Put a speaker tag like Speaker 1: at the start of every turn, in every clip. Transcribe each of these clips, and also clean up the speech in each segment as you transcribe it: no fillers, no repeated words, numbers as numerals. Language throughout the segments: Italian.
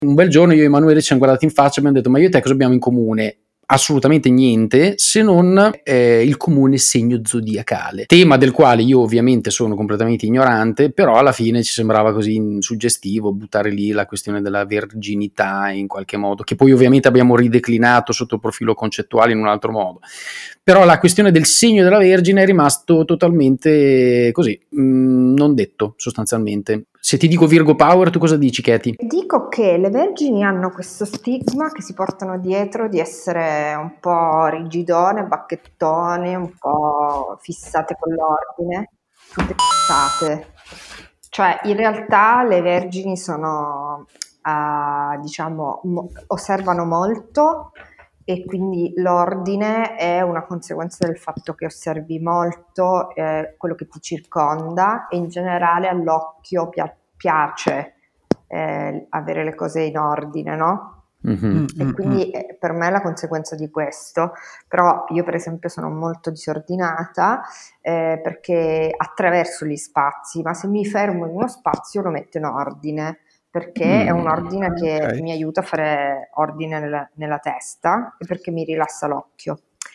Speaker 1: Un bel giorno io e Emanuele ci siamo guardati in faccia e abbiamo detto: ma io e te cosa abbiamo in comune? Assolutamente niente, se non il comune segno zodiacale, tema del quale io ovviamente sono completamente ignorante, però alla fine ci sembrava così suggestivo buttare lì la questione della verginità in qualche modo, che poi ovviamente abbiamo rideclinato sotto il profilo concettuale in un altro modo, però la questione del segno della Vergine è rimasto totalmente così, non detto sostanzialmente. Se ti dico Virgo Power, tu cosa dici, Katy?
Speaker 2: Dico che le vergini hanno questo stigma che si portano dietro di essere un po' rigidone, bacchettone, un po' fissate con l'ordine, tutte cazzate. Cioè, in realtà le vergini sono, diciamo, osservano molto e quindi l'ordine è una conseguenza del fatto che osservi molto quello che ti circonda e in generale all'occhio piace avere le cose in ordine, no? E quindi per me è la conseguenza di questo, però io per esempio sono molto disordinata perché attraverso gli spazi, ma se mi fermo in uno spazio lo metto in ordine, perché è un ordine che mi aiuta a fare ordine nella testa e perché mi rilassa l'occhio.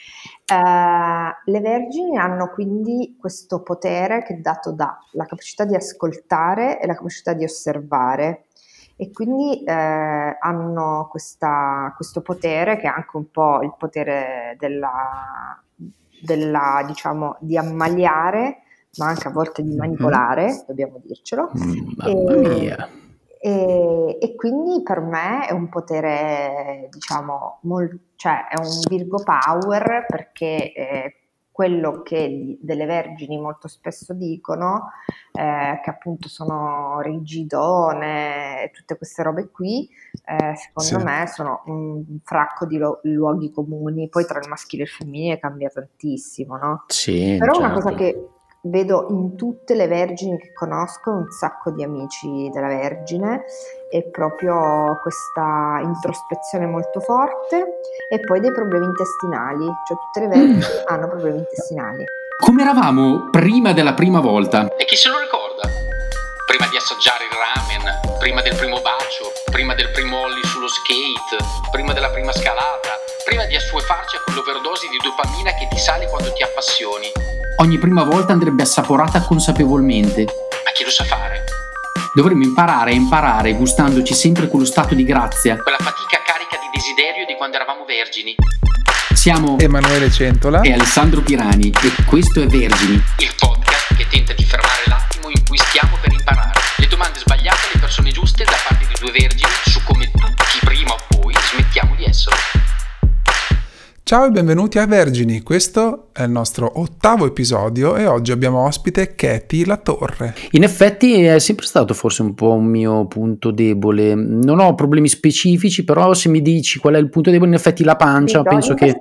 Speaker 2: Le vergini hanno quindi questo potere che è dato dalla capacità di ascoltare e la capacità di osservare e quindi hanno questo potere che è anche un po' il potere della diciamo di ammaliare, ma anche a volte di manipolare, dobbiamo dircelo.
Speaker 1: Mamma mia.
Speaker 2: E quindi per me è un potere, diciamo, cioè è un Virgo Power perché quello che delle vergini molto spesso dicono, che appunto sono rigidone e tutte queste robe qui, secondo me sono un fracco di luoghi comuni, poi tra il maschile e il femminile cambia tantissimo, no?
Speaker 1: Sì,
Speaker 2: Però
Speaker 1: certo.
Speaker 2: una cosa che vedo in tutte le vergini che conosco, un sacco di amici della Vergine, è proprio questa introspezione molto forte e poi dei problemi intestinali, cioè tutte le vergini hanno problemi intestinali.
Speaker 1: Come eravamo prima della prima volta? E chi se lo ricorda? Prima di assaggiare il ramen, prima del primo bacio, prima del primo ollie sullo skate, prima della prima scalata, prima di assuefarci a quell'overdose di dopamina che ti sale quando ti appassioni. Ogni prima volta andrebbe assaporata consapevolmente. Ma chi lo sa fare? Dovremmo imparare a imparare gustandoci sempre quello stato di grazia, quella fatica carica di desiderio di quando eravamo vergini. Siamo
Speaker 3: Emanuele Centola
Speaker 1: e Alessandro Pirani e questo è Vergini, il podcast che tenta di fermare l'attimo in cui stiamo per imparare le domande sbagliate alle persone giuste da parte di due vergini su come tutti prima o poi smettiamo di esserlo.
Speaker 3: Ciao e benvenuti a Vergini, questo è il nostro 8° episodio e oggi abbiamo ospite Katy Latorre.
Speaker 1: In effetti è sempre stato forse un po' un mio punto debole, non ho problemi specifici, però se mi dici qual è il punto debole, in effetti la pancia, penso che...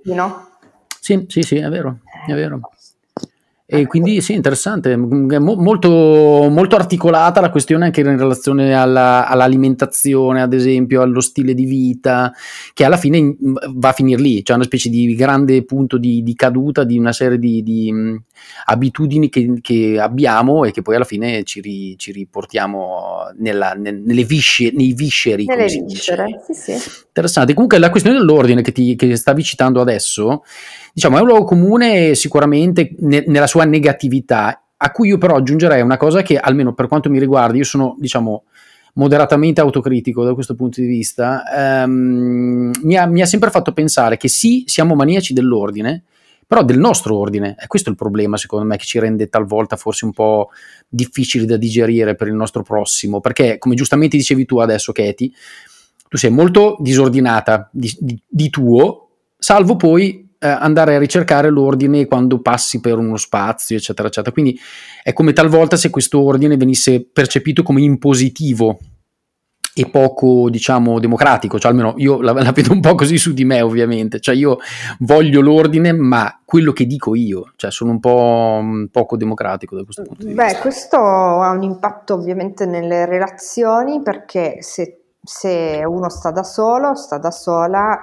Speaker 1: Sì, è vero, è vero. E quindi sì, interessante, molto, molto articolata la questione anche in relazione all'alimentazione, ad esempio, allo stile di vita, che alla fine va a finire lì, c'è una specie di grande punto di caduta di una serie di abitudini che abbiamo e che poi alla fine ci riportiamo nei visceri.
Speaker 2: Nelle viscere, sì.
Speaker 1: Interessante. Comunque la questione dell'ordine che stavi citando adesso, diciamo, è un luogo comune sicuramente nella sua negatività, a cui io però aggiungerei una cosa che, almeno per quanto mi riguarda, io sono, diciamo, moderatamente autocritico da questo punto di vista, mi ha sempre fatto pensare che sì, siamo maniaci dell'ordine, però del nostro ordine, e questo è il problema secondo me che ci rende talvolta forse un po' difficili da digerire per il nostro prossimo, perché come giustamente dicevi tu adesso, Katy, tu sei molto disordinata di tuo, salvo poi andare a ricercare l'ordine quando passi per uno spazio, eccetera, eccetera. Quindi è come talvolta se questo ordine venisse percepito come impositivo e poco, diciamo, democratico, cioè almeno io la vedo un po' così su di me, ovviamente, cioè io voglio l'ordine, ma quello che dico io, cioè sono un po' poco democratico da questo punto di vista.
Speaker 2: Beh, questo ha un impatto ovviamente nelle relazioni, perché se uno sta da solo, sta da sola,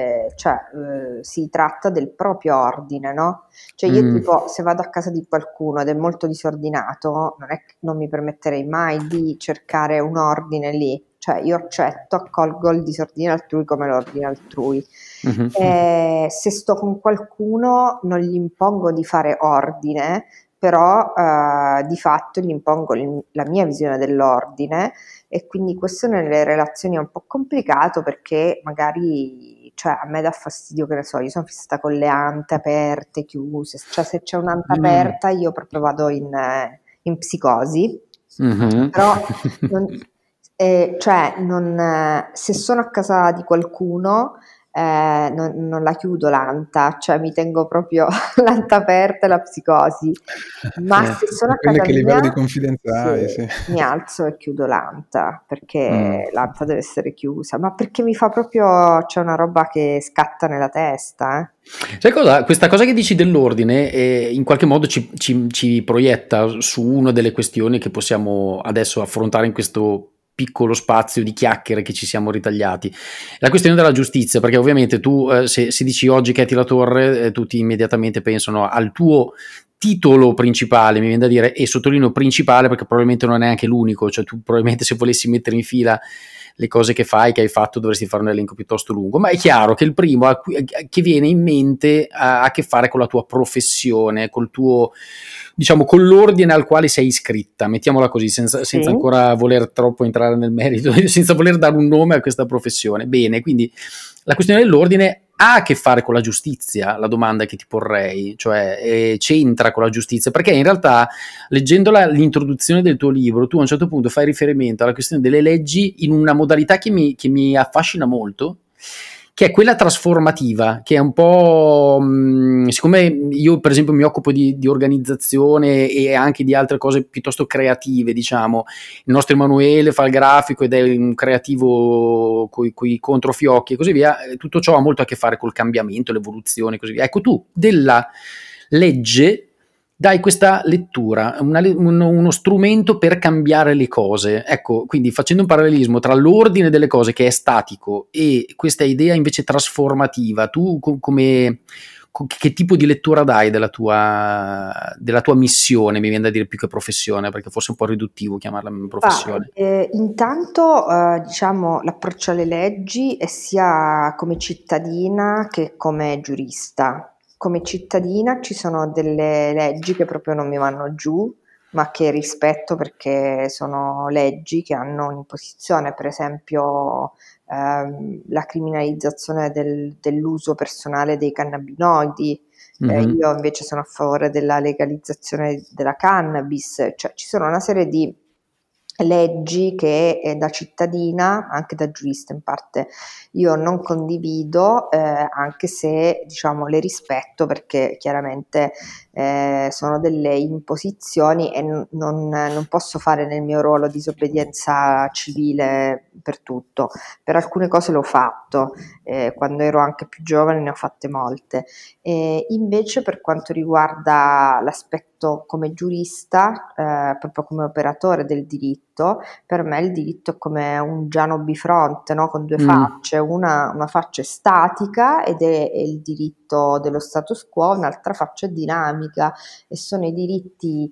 Speaker 2: si tratta del proprio ordine, no? Cioè io tipo se vado a casa di qualcuno ed è molto disordinato, non mi permetterei mai di cercare un ordine lì, cioè io accolgo il disordine altrui come l'ordine altrui. Se sto con qualcuno non gli impongo di fare ordine, però di fatto gli impongo la mia visione dell'ordine, e quindi questo nelle relazioni è un po' complicato, perché magari, cioè, a me dà fastidio, che ne so, io sono fissata con le ante aperte, chiuse, cioè se c'è un'anta aperta io proprio vado in psicosi. Però se sono a casa di qualcuno non la chiudo l'anta, cioè mi tengo proprio l'anta aperta e la psicosi, ma se sono a casa
Speaker 3: che
Speaker 2: mia,
Speaker 3: livello di confidenza hai, sì.
Speaker 2: mi alzo e chiudo l'anta, perché l'anta deve essere chiusa, ma perché mi fa proprio, c'è una roba che scatta nella testa.
Speaker 1: Sai cosa? Questa cosa che dici dell'ordine in qualche modo ci proietta su una delle questioni che possiamo adesso affrontare in questo piccolo spazio di chiacchiere che ci siamo ritagliati. La questione della giustizia, perché ovviamente tu se dici oggi Katie Latorre, tutti immediatamente pensano al tuo titolo principale, mi viene da dire, e sottolineo principale perché probabilmente non è anche l'unico, cioè tu probabilmente se volessi mettere in fila le cose che fai, che hai fatto, dovresti fare un elenco piuttosto lungo, ma è chiaro che il primo che viene in mente ha a che fare con la tua professione, col tuo, diciamo, con l'ordine al quale sei iscritta, mettiamola così, senza ancora voler troppo entrare nel merito, senza voler dare un nome a questa professione. Bene, quindi la questione dell'ordine ha a che fare con la giustizia, la domanda che ti porrei, cioè c'entra con la giustizia, perché in realtà leggendo l'introduzione del tuo libro tu a un certo punto fai riferimento alla questione delle leggi in una modalità che mi affascina molto, che è quella trasformativa, che è un po', siccome io per esempio mi occupo di organizzazione e anche di altre cose piuttosto creative, diciamo, il nostro Emanuele fa il grafico ed è un creativo coi controfiocchi e così via, tutto ciò ha molto a che fare col cambiamento, l'evoluzione e così via. Ecco, tu della legge dai questa lettura, uno strumento per cambiare le cose. Ecco, quindi facendo un parallelismo tra l'ordine delle cose che è statico e questa idea invece trasformativa, tu che tipo di lettura dai della tua missione, mi viene da dire più che professione, perché forse è un po' riduttivo chiamarla professione.
Speaker 2: Intanto diciamo l'approccio alle leggi è sia come cittadina che come giurista. Come cittadina ci sono delle leggi che proprio non mi vanno giù, ma che rispetto perché sono leggi che hanno un'imposizione, per esempio la criminalizzazione dell'uso personale dei cannabinoidi. Io invece sono a favore della legalizzazione della cannabis, cioè ci sono una serie di leggi che da cittadina, anche da giurista in parte, io non condivido, anche se diciamo le rispetto, perché chiaramente sono delle imposizioni e non posso fare nel mio ruolo disobbedienza civile per tutto. Per alcune cose l'ho fatto, quando ero anche più giovane ne ho fatte molte. Invece per quanto riguarda l'aspetto come giurista, proprio come operatore del diritto, per me il diritto è come un Giano bifronte, no? Con due facce, una faccia è statica ed è il diritto dello status quo, un'altra faccia è dinamica e sono i diritti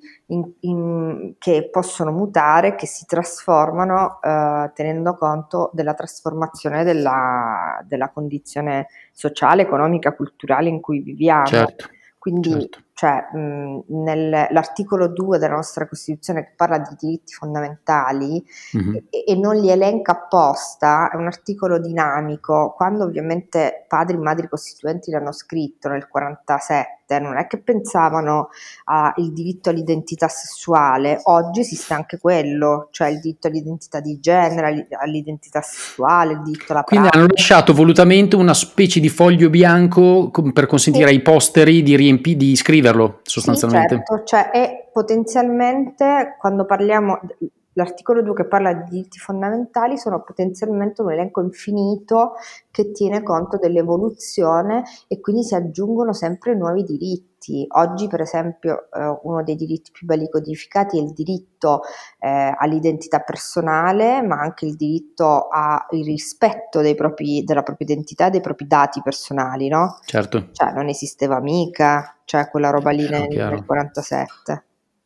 Speaker 2: che possono mutare, che si trasformano tenendo conto della trasformazione della condizione sociale, economica, culturale in cui viviamo.
Speaker 1: Certo,
Speaker 2: quindi
Speaker 1: certo.
Speaker 2: Cioè, nell'articolo 2 della nostra Costituzione, che parla di diritti fondamentali e non li elenca apposta, è un articolo dinamico. Quando ovviamente padri e madri costituenti l'hanno scritto nel 47, non è che pensavano al diritto all'identità sessuale. Oggi esiste anche quello, cioè il diritto all'identità di genere, all'identità sessuale, il diritto alla
Speaker 1: Quindi
Speaker 2: pratica.
Speaker 1: hanno lasciato volutamente una specie di foglio bianco per consentire ai posteri di scriverlo sostanzialmente.
Speaker 2: Sì, certo, cioè, e potenzialmente quando parliamo, l'articolo 2 che parla di diritti fondamentali sono potenzialmente un elenco infinito che tiene conto dell'evoluzione e quindi si aggiungono sempre nuovi diritti. Oggi per esempio uno dei diritti più belli codificati è il diritto all'identità personale, ma anche il diritto al rispetto della propria identità e dei propri dati personali, no?
Speaker 1: Certo.
Speaker 2: Cioè non esisteva mica, cioè quella roba lì nel 47.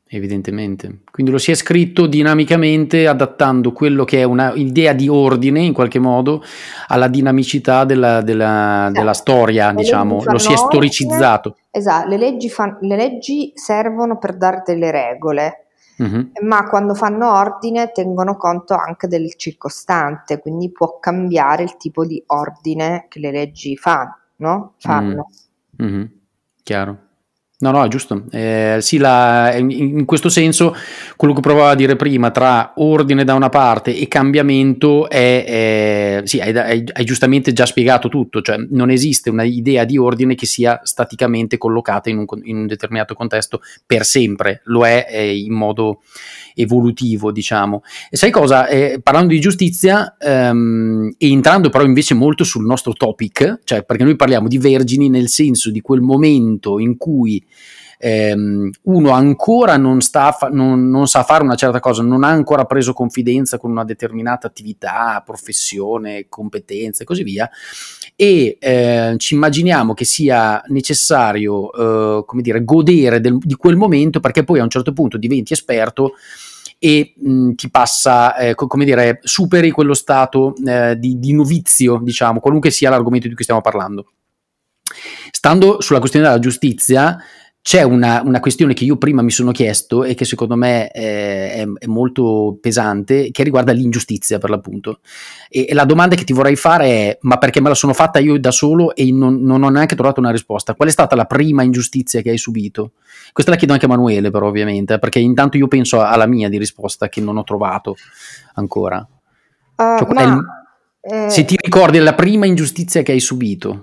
Speaker 1: evidentemente. Quindi lo si è scritto dinamicamente, adattando quello che è una idea di ordine, in qualche modo, alla dinamicità della
Speaker 2: Esatto.
Speaker 1: storia,
Speaker 2: Le leggi
Speaker 1: diciamo. Lo si è
Speaker 2: fanno ordine,
Speaker 1: storicizzato.
Speaker 2: esatto, le leggi servono per dare delle regole,
Speaker 1: Mhm.
Speaker 2: ma quando fanno ordine tengono conto anche del circostante, quindi può cambiare il tipo di ordine che le leggi
Speaker 1: Mm.
Speaker 2: fanno.
Speaker 1: Mhm. Chiaro. No, no, è giusto. Sì, in questo senso, quello che provavo a dire prima, tra ordine da una parte e cambiamento, sì, hai giustamente già spiegato tutto, cioè non esiste una idea di ordine che sia staticamente collocata in un determinato contesto per sempre, lo è in modo evolutivo, diciamo. E sai cosa? Parlando di giustizia, e entrando però invece molto sul nostro topic, cioè perché noi parliamo di vergini nel senso di quel momento in cui uno ancora non sa fare una certa cosa, non ha ancora preso confidenza con una determinata attività, professione, competenze e così via, e ci immaginiamo che sia necessario come dire, godere di quel momento, perché poi a un certo punto diventi esperto e ti passa, come dire, superi quello stato di novizio, diciamo, qualunque sia l'argomento di cui stiamo parlando. Stando sulla questione della giustizia, c'è una questione che io prima mi sono chiesto e che secondo me è molto pesante, che riguarda l'ingiustizia, per l'appunto. E la domanda che ti vorrei fare è: ma perché me la sono fatta io da solo e non ho neanche trovato una risposta? Qual è stata la prima ingiustizia che hai subito? Questa la chiedo anche a Emanuele, però, ovviamente, perché intanto io penso alla mia di risposta che non ho trovato ancora. Cioè, se ti ricordi la prima ingiustizia che hai subito.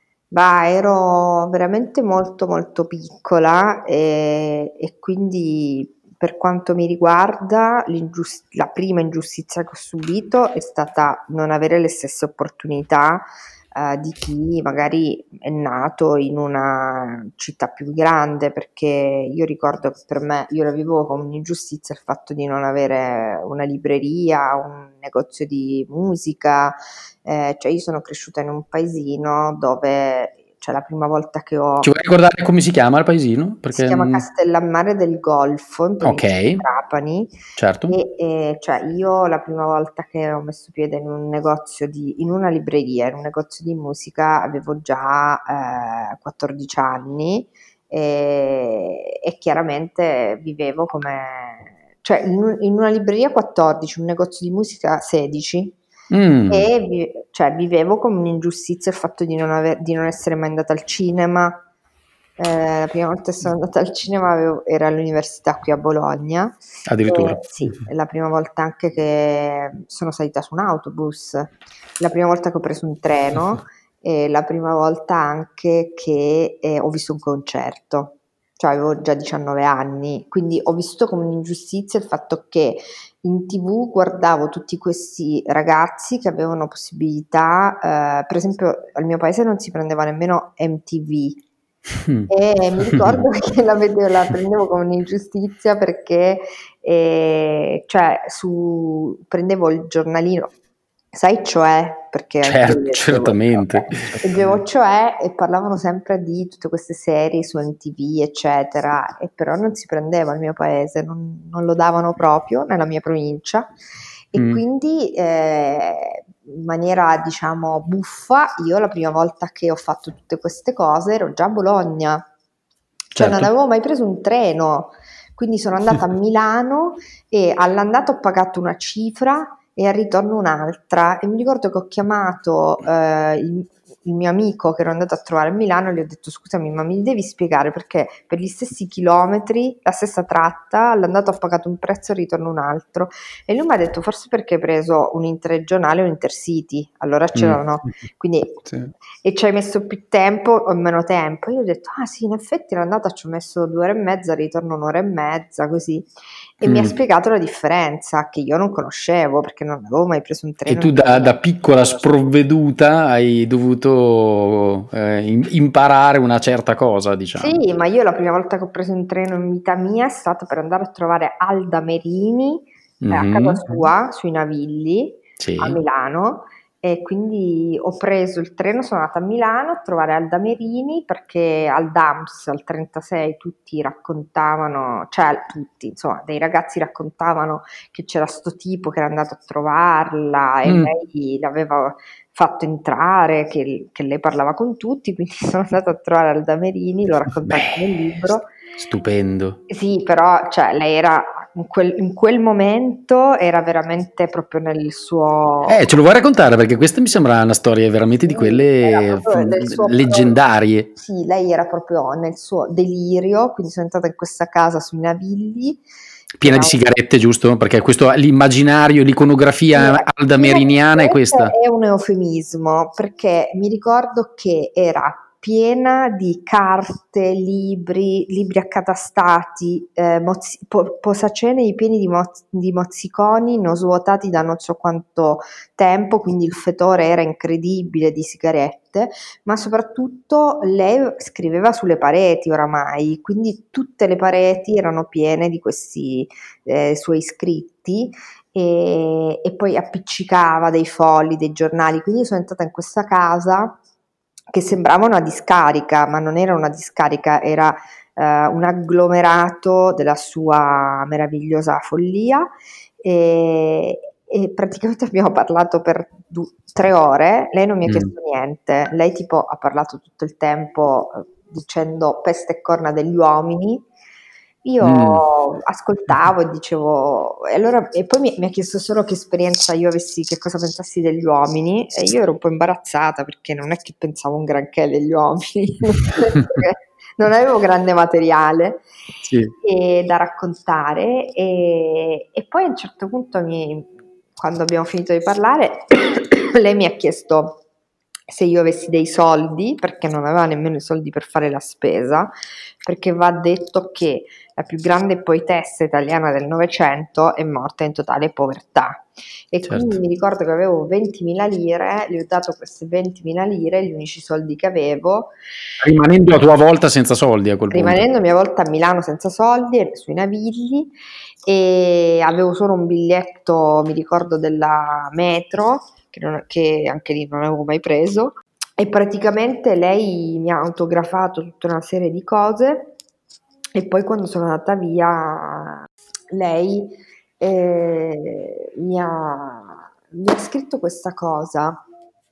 Speaker 2: Ero veramente molto molto piccola e quindi per quanto mi riguarda la prima ingiustizia che ho subito è stata non avere le stesse opportunità di chi magari è nato in una città più grande, perché io ricordo che per me, io la vivevo come un'ingiustizia il fatto di non avere una libreria, un negozio di musica. Cioè io sono cresciuta in un paesino dove, cioè la prima volta che
Speaker 1: Ci
Speaker 2: ho
Speaker 1: vuoi ricordare come si chiama il paesino?
Speaker 2: si
Speaker 1: Perché,
Speaker 2: chiama Castellammare del Golfo, in provincia di
Speaker 1: ok,
Speaker 2: Trapani,
Speaker 1: certo.
Speaker 2: e cioè io la prima volta che ho messo piede in un negozio in una libreria, in un negozio di musica, avevo già 14 anni e chiaramente vivevo come, cioè in una libreria 14, un negozio di musica 16.
Speaker 1: Mm,
Speaker 2: Cioè, vivevo come un'ingiustizia il fatto di non essere mai andata al cinema. La prima volta che sono andata al cinema era all'università qui a Bologna.
Speaker 1: addirittura.
Speaker 2: Sì, è la prima volta anche che sono salita su un autobus, la prima volta che ho preso un treno e la prima volta anche che ho visto un concerto. Cioè avevo già 19 anni, quindi ho vissuto come un'ingiustizia il fatto che in TV guardavo tutti questi ragazzi che avevano possibilità, per esempio al mio paese non si prendeva nemmeno MTV e mi ricordo che la prendevo come un'ingiustizia perché cioè, prendevo il giornalino, sai, cioè, perché anche io leggevo,
Speaker 1: Certamente.
Speaker 2: leggevo cioè e parlavano sempre di tutte queste serie su MTV, eccetera, e però non si prendeva al mio paese, non lo davano proprio nella mia provincia. E quindi in maniera diciamo buffa, io la prima volta che ho fatto tutte queste cose ero già a Bologna, cioè non
Speaker 1: Certo.
Speaker 2: avevo mai preso un treno, quindi sono andata a Milano e all'andata ho pagato una cifra e al ritorno un'altra, e mi ricordo che ho chiamato il mio amico che ero andato a trovare a Milano e gli ho detto: scusami, ma mi devi spiegare perché per gli stessi chilometri, la stessa tratta, all'andata ho pagato un prezzo e al ritorno un altro. E lui mi ha detto: forse perché hai preso un interregionale o un intercity, allora c'erano, quindi
Speaker 3: Sì.
Speaker 2: e ci hai messo più tempo o meno tempo? Io ho detto: ah sì, in effetti l'andata ci ho messo 2 ore e mezza, il ritorno 1 ora e mezza, così. E mi ha spiegato la differenza che io non conoscevo perché non avevo mai preso un
Speaker 1: E
Speaker 2: treno.
Speaker 1: tu da piccola sprovveduta hai dovuto imparare una certa cosa, diciamo.
Speaker 2: Sì, ma io la prima volta che ho preso un treno in vita mia è stata per andare a trovare Alda Merini a casa
Speaker 1: Mhm.
Speaker 2: sua, sui Navilli, a
Speaker 1: Sì.
Speaker 2: Milano, e quindi ho preso il treno, sono andata a Milano a trovare Alda Merini, perché al DAMS, al 36, tutti raccontavano, cioè tutti, insomma, dei ragazzi raccontavano che c'era sto tipo che era andato a trovarla e lei l'aveva fatto entrare, che lei parlava con tutti, quindi sono andata a trovare Alda Merini, l'ho raccontato nel libro.
Speaker 1: Stupendo.
Speaker 2: Sì, però cioè, lei era in quel momento era veramente proprio nel suo...
Speaker 1: Ce lo vuoi raccontare? Perché questa mi sembra una storia veramente di
Speaker 2: Sì, era
Speaker 1: quelle
Speaker 2: proprio nel suo
Speaker 1: leggendarie.
Speaker 2: Sì, lei era proprio nel suo delirio, quindi sono entrata in questa casa sui Navigli.
Speaker 1: Piena di sigarette, giusto? Perché questo l'immaginario, l'iconografia aldameriniana è questa.
Speaker 2: È un eufemismo, perché mi ricordo che era piena di carte, libri accatastati, posacene pieni di mozziconi non svuotati da non so quanto tempo, quindi il fetore era incredibile di sigarette, ma soprattutto lei scriveva sulle pareti oramai, quindi tutte le pareti erano piene di questi suoi scritti. E poi appiccicava dei fogli, dei giornali, quindi sono entrata in questa casa che sembrava una discarica, ma non era una discarica, era un agglomerato della sua meravigliosa follia e praticamente abbiamo parlato per 3 ore, lei non mi ha chiesto niente, lei tipo ha parlato tutto il tempo dicendo peste e corna degli uomini. Io ascoltavo e dicevo, e poi mi ha chiesto solo che esperienza io avessi, che cosa pensassi degli uomini, e io ero un po' imbarazzata perché non è che pensavo un granché degli uomini, non avevo grande materiale da raccontare, e poi a un certo punto, quando abbiamo finito di parlare, lei mi ha chiesto se io avessi dei soldi, perché non aveva nemmeno i soldi per fare la spesa, perché va detto che la più grande poetessa italiana del Novecento è morta in totale povertà. E quindi mi ricordo che avevo 20.000 lire, gli ho dato queste 20.000 lire, gli unici soldi che avevo.
Speaker 1: Rimanendo a tua volta senza soldi a quel punto.
Speaker 2: Rimanendo a mia volta a Milano senza soldi, sui Navigli, e avevo solo un biglietto, mi ricordo, della metro, che anche lì non avevo mai preso, e praticamente lei mi ha autografato tutta una serie di cose, e poi quando sono andata via lei mi ha scritto questa cosa,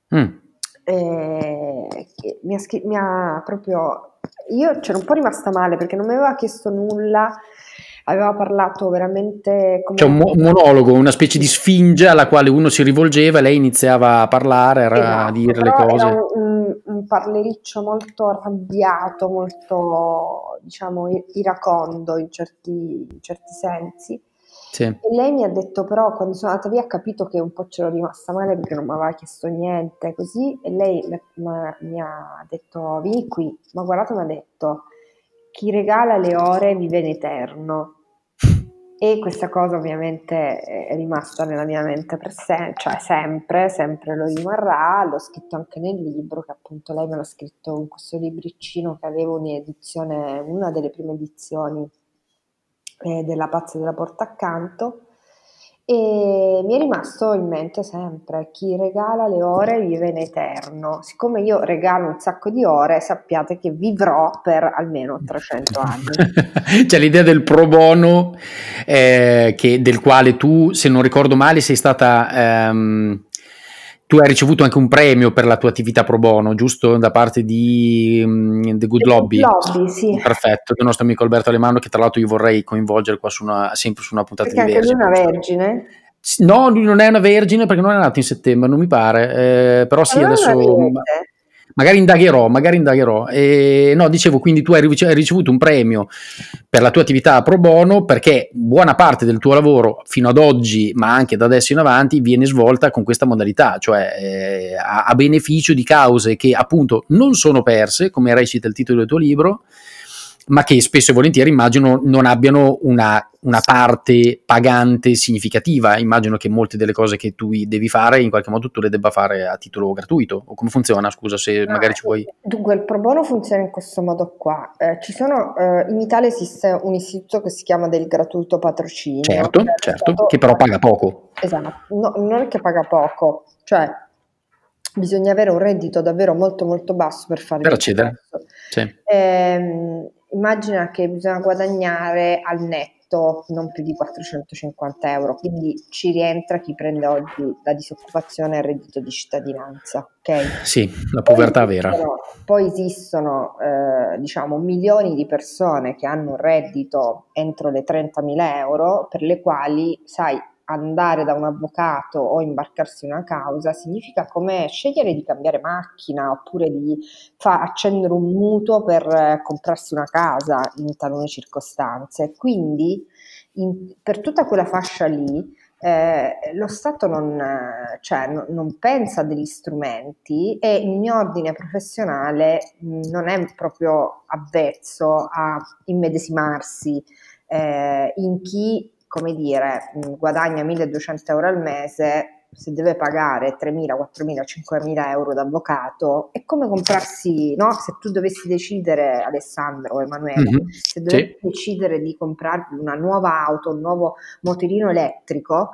Speaker 2: che mi ha proprio... Io c'ero un po' rimasta male perché non mi aveva chiesto nulla, aveva parlato veramente come...
Speaker 1: C'è un monologo, una specie di sfinge alla quale uno si rivolgeva e lei iniziava a parlare, a dire le cose.
Speaker 2: Era un parlericcio molto arrabbiato, molto, diciamo, iracondo in certi sensi.
Speaker 1: Sì.
Speaker 2: E lei mi ha detto, però, quando sono andata via, ha capito che un po' c'ero rimasta male perché non mi aveva chiesto niente, così, e lei mi ha detto, vieni qui, ma guardate, mi ha detto, chi regala le ore vive in eterno. E questa cosa ovviamente è rimasta nella mia mente per cioè sempre lo rimarrà. L'ho scritto anche nel libro, che appunto lei me l'ha scritto in questo libricino che avevo in edizione, una delle prime edizioni della Pazza della Porta Accanto, e mi è rimasto in mente sempre: chi regala le ore vive in eterno. Siccome io regalo un sacco di ore, sappiate che vivrò per almeno 300 anni.
Speaker 1: C'è l'idea del pro bono, del quale tu, se non ricordo male, sei stata... tu hai ricevuto anche un premio per la tua attività pro bono, giusto? Da parte di The Good Lobby.
Speaker 2: Sì.
Speaker 1: Perfetto, del nostro amico Alberto Alemanno, che tra l'altro io vorrei coinvolgere qua sempre su una puntata
Speaker 2: perché
Speaker 1: di
Speaker 2: anche
Speaker 1: Vergine.
Speaker 2: Lui è una vergine?
Speaker 1: No, lui non è una vergine perché non è nato in settembre, non mi pare, però sì, adesso... Magari indagherò. No, dicevo, quindi tu hai ricevuto un premio per la tua attività pro bono, perché buona parte del tuo lavoro fino ad oggi, ma anche da adesso in avanti, viene svolta con questa modalità, cioè a beneficio di cause che appunto non sono perse, come recita il titolo del tuo libro, ma che spesso e volentieri immagino non abbiano una parte pagante significativa. Immagino che molte delle cose che tu devi fare in qualche modo tu le debba fare a titolo gratuito, o come funziona? Scusa, se magari ci puoi...
Speaker 2: Dunque, il pro bono funziona in questo modo qua. In Italia esiste un istituto che si chiama del gratuito patrocinio.
Speaker 1: Certo, che però paga poco.
Speaker 2: Esatto, no, non è che paga poco, cioè bisogna avere un reddito davvero molto molto basso per fare
Speaker 1: Per
Speaker 2: il
Speaker 1: accedere.
Speaker 2: processo.
Speaker 1: Sì.
Speaker 2: Immagina che bisogna guadagnare al netto non più di 450 euro, quindi ci rientra chi prende oggi la disoccupazione e il reddito di cittadinanza, ok?
Speaker 1: Sì, la povertà vera.
Speaker 2: Poi esistono diciamo milioni di persone che hanno un reddito entro le 30.000 euro, per le quali, sai, andare da un avvocato o imbarcarsi in una causa significa come scegliere di cambiare macchina oppure di accendere un mutuo per comprarsi una casa in talune circostanze. Quindi per tutta quella fascia lì lo Stato non pensa a degli strumenti e il mio ordine professionale non è proprio avvezzo a immedesimarsi in chi, come dire, guadagna 1.200 euro al mese. Se deve pagare 3.000, 4.000, 5.000 euro d'avvocato, è come comprarsi, no? Se tu dovessi decidere, Alessandro o Emanuele, se dovessi decidere di comprarvi una nuova auto, un nuovo motorino elettrico,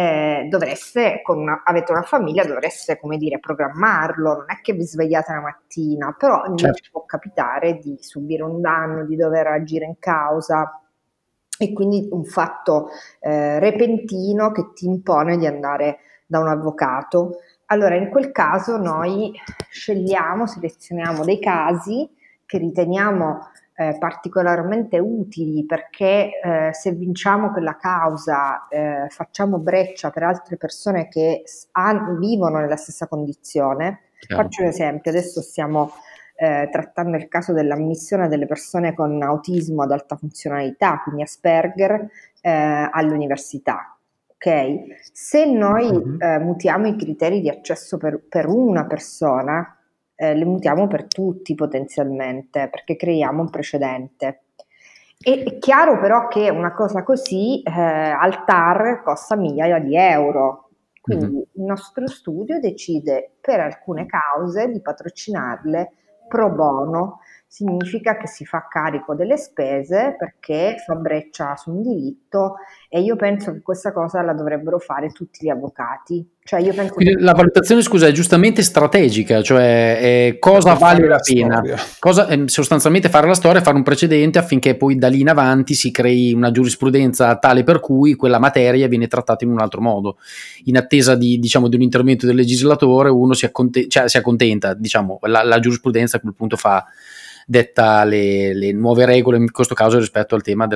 Speaker 2: avete una famiglia, dovreste, come dire, programmarlo, non è che vi svegliate la mattina, però invece può capitare di subire un danno, di dover agire in causa, e quindi un fatto repentino che ti impone di andare da un avvocato. Allora in quel caso noi selezioniamo dei casi che riteniamo particolarmente utili, perché se vinciamo quella causa facciamo breccia per altre persone che vivono nella stessa condizione.
Speaker 1: Chiaro.
Speaker 2: Faccio un esempio, adesso stiamo trattando il caso dell'ammissione delle persone con autismo ad alta funzionalità, quindi Asperger, all'università. Ok? Se noi mutiamo i criteri di accesso per una persona, li mutiamo per tutti potenzialmente, perché creiamo un precedente. È chiaro però che una cosa così al TAR costa migliaia di euro. Quindi il nostro studio decide per alcune cause di patrocinarle pro bono. Significa che si fa carico delle spese perché fa breccia su un diritto, e io penso che questa cosa la dovrebbero fare tutti gli avvocati. Cioè io penso
Speaker 1: Quindi la valutazione, scusa, è giustamente strategica, cioè cosa vale la pena, sostanzialmente fare la storia, fare un precedente affinché poi da lì in avanti si crei una giurisprudenza tale per cui quella materia viene trattata in un altro modo, in attesa di un intervento del legislatore. Uno si accontenta, diciamo, la giurisprudenza a quel punto detta le nuove regole in questo caso rispetto al tema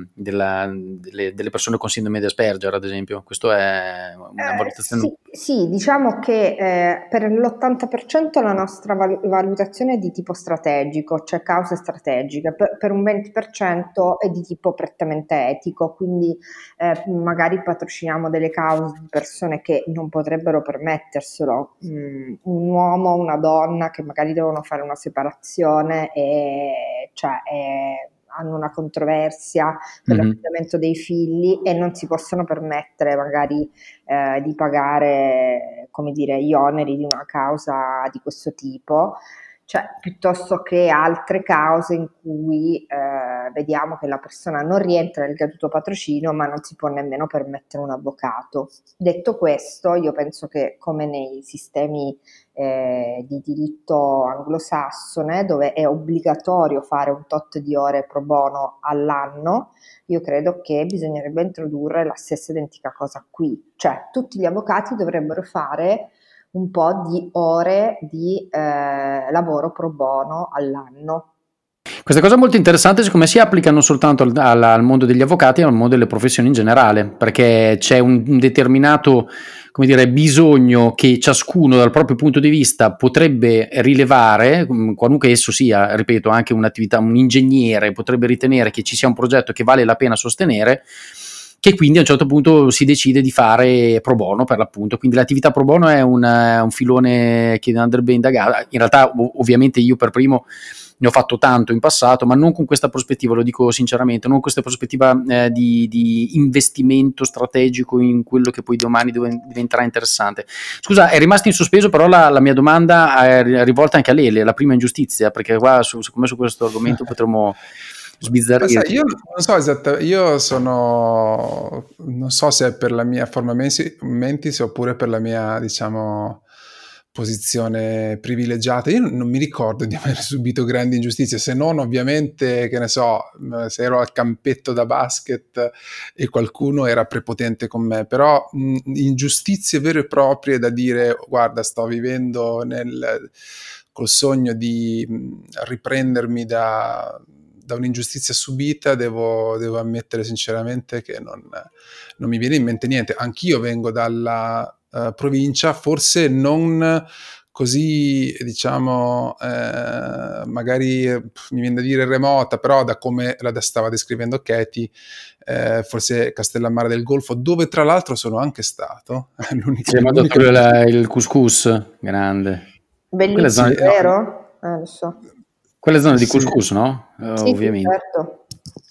Speaker 1: delle persone con sindrome di Asperger, ad esempio. Questo è una valutazione.
Speaker 2: Sì, diciamo che per l'80% la nostra valutazione è di tipo strategico, cioè cause strategiche, per un 20% è di tipo prettamente etico, quindi magari patrociniamo delle cause di persone che non potrebbero permetterselo, un uomo, una donna che magari devono fare una separazione e hanno una controversia per l'affidamento dei figli e non si possono permettere magari di pagare, come dire, gli oneri di una causa di questo tipo, cioè piuttosto che altre cause in cui vediamo che la persona non rientra nel gratuito patrocinio ma non si può nemmeno permettere un avvocato. Detto questo, io penso che come nei sistemi di diritto anglosassone, dove è obbligatorio fare un tot di ore pro bono all'anno, io credo che bisognerebbe introdurre la stessa identica cosa qui, cioè tutti gli avvocati dovrebbero fare un po' di ore di lavoro pro bono all'anno.
Speaker 1: Questa cosa è molto interessante, secondo me si applica non soltanto al mondo degli avvocati, ma al mondo delle professioni in generale, perché c'è un determinato, come dire, bisogno che ciascuno dal proprio punto di vista potrebbe rilevare, qualunque esso sia, ripeto, anche un'attività, un ingegnere potrebbe ritenere che ci sia un progetto che vale la pena sostenere, che quindi a un certo punto si decide di fare pro bono, per l'appunto. Quindi l'attività pro bono è un filone che andrebbe indagato. In realtà ovviamente io per primo ne ho fatto tanto in passato, ma non con questa prospettiva, lo dico sinceramente, non con questa prospettiva di investimento strategico in quello che poi domani diventerà interessante. Scusa, è rimasta in sospeso però la mia domanda è rivolta anche a Lele, la prima ingiustizia, perché qua secondo me su questo argomento potremmo sbizzarrire.
Speaker 3: Io non so esattamente, non so se è per la mia forma mentis oppure per la mia, diciamo, posizione privilegiata. Io non mi ricordo di aver subito grandi ingiustizie, se non ovviamente, che ne so, se ero al campetto da basket e qualcuno era prepotente con me, però ingiustizie vere e proprie da dire guarda, sto vivendo col sogno di riprendermi da un'ingiustizia subita, devo ammettere sinceramente che non mi viene in mente niente. Anch'io vengo dalla provincia, forse non così, diciamo, magari mi viene da dire remota, però da come la stava descrivendo Katie, forse Castellammare del Golfo, dove tra l'altro sono anche stato.
Speaker 1: Ti hai mandato il couscous grande.
Speaker 2: Bellissimo, vero? Lo so.
Speaker 1: Quelle zone di couscous, no?
Speaker 2: Sì,
Speaker 1: ovviamente.
Speaker 2: certo.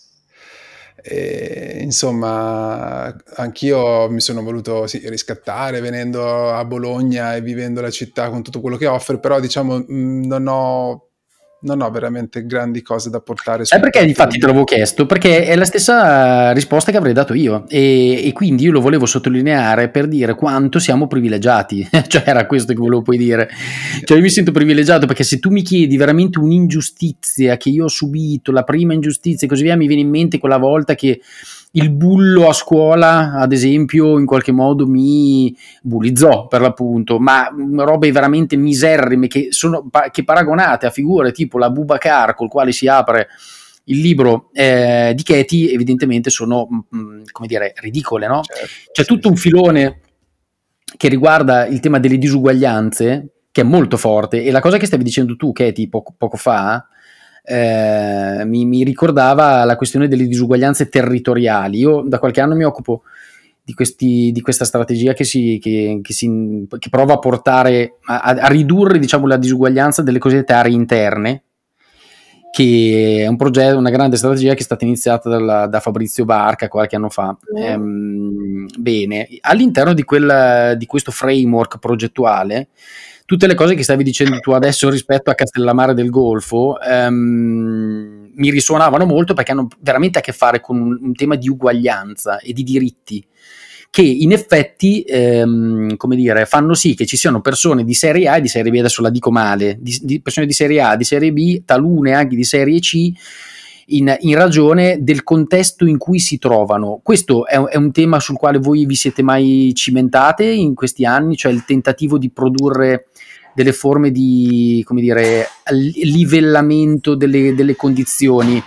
Speaker 3: Insomma, anch'io mi sono voluto riscattare venendo a Bologna e vivendo la città con tutto quello che offre, però diciamo non ho veramente grandi cose da portare.
Speaker 1: Sai perché infatti te l'avevo chiesto? Perché è la stessa risposta che avrei dato io e quindi io lo volevo sottolineare per dire quanto siamo privilegiati, cioè era questo che volevo poi dire, cioè io mi sento privilegiato perché se tu mi chiedi veramente un'ingiustizia che io ho subito, la prima ingiustizia e così via, mi viene in mente quella volta che il bullo a scuola, ad esempio, in qualche modo mi bullizzò per l'appunto, ma robe veramente miserrime che paragonate a figure tipo la Boubacar col quale si apre il libro di Katie, evidentemente sono, come dire, ridicole, no?
Speaker 3: Certo,
Speaker 1: c'è tutto un filone che riguarda il tema delle disuguaglianze, che è molto forte, e la cosa che stavi dicendo tu, Katie, poco fa, mi ricordava la questione delle disuguaglianze territoriali. Io da qualche anno mi occupo di questa strategia che prova a portare a ridurre, diciamo, la disuguaglianza delle cosiddette aree interne, che è un progetto, una grande strategia che è stata iniziata da Fabrizio Barca qualche anno fa. Bene, all'interno di questo framework progettuale, tutte le cose che stavi dicendo tu adesso rispetto a Castellammare del Golfo mi risuonavano molto perché hanno veramente a che fare con un tema di uguaglianza e di diritti che in effetti come dire, fanno sì che ci siano persone di serie A e di serie B, adesso la dico male, di persone di serie A, di serie B, talune anche di serie C, in ragione del contesto in cui si trovano. Questo è un tema sul quale voi vi siete mai cimentate in questi anni, cioè il tentativo di produrre delle forme di, come dire, livellamento delle condizioni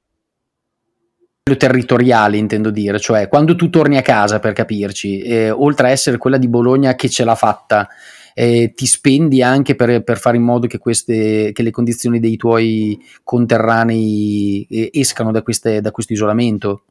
Speaker 1: territoriale, intendo dire, cioè quando tu torni a casa, per capirci, oltre a essere quella di Bologna che ce l'ha fatta, ti spendi anche per fare in modo che le condizioni dei tuoi conterranei escano da questo isolamento?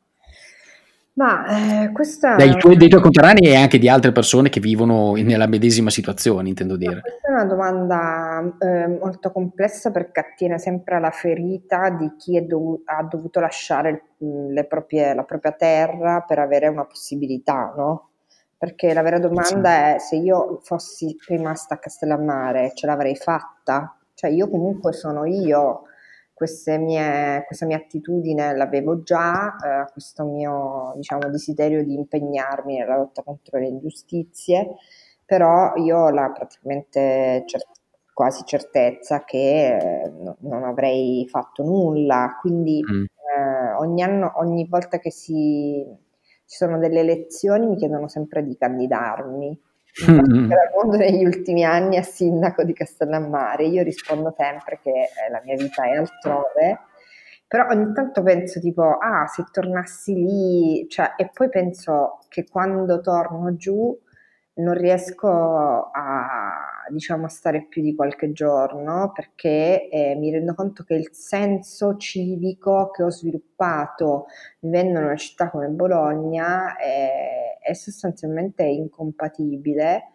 Speaker 2: Ma questa
Speaker 1: Dei tuoi conterranei e anche di altre persone che vivono nella medesima situazione, intendo dire.
Speaker 2: Questa è una domanda molto complessa perché attiene sempre alla ferita di chi ha dovuto lasciare la propria terra per avere una possibilità, no? Perché la vera domanda è: se io fossi rimasta a Castellammare ce l'avrei fatta? Cioè io comunque sono io, questa mia attitudine l'avevo già, questo mio, diciamo, desiderio di impegnarmi nella lotta contro le ingiustizie, però io ho la praticamente quasi certezza che non avrei fatto nulla, quindi ogni anno, ogni volta che ci sono delle elezioni mi chiedono sempre di candidarmi. Mondo negli ultimi anni a sindaco di Castellammare, io rispondo sempre che la mia vita è altrove, però ogni tanto penso tipo, se tornassi lì, cioè, e poi penso che quando torno giù non riesco diciamo, a stare più di qualche giorno perché mi rendo conto che il senso civico che ho sviluppato vivendo in una città come Bologna è sostanzialmente incompatibile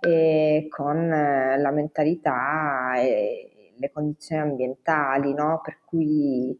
Speaker 2: con la mentalità e le condizioni ambientali, no? Per cui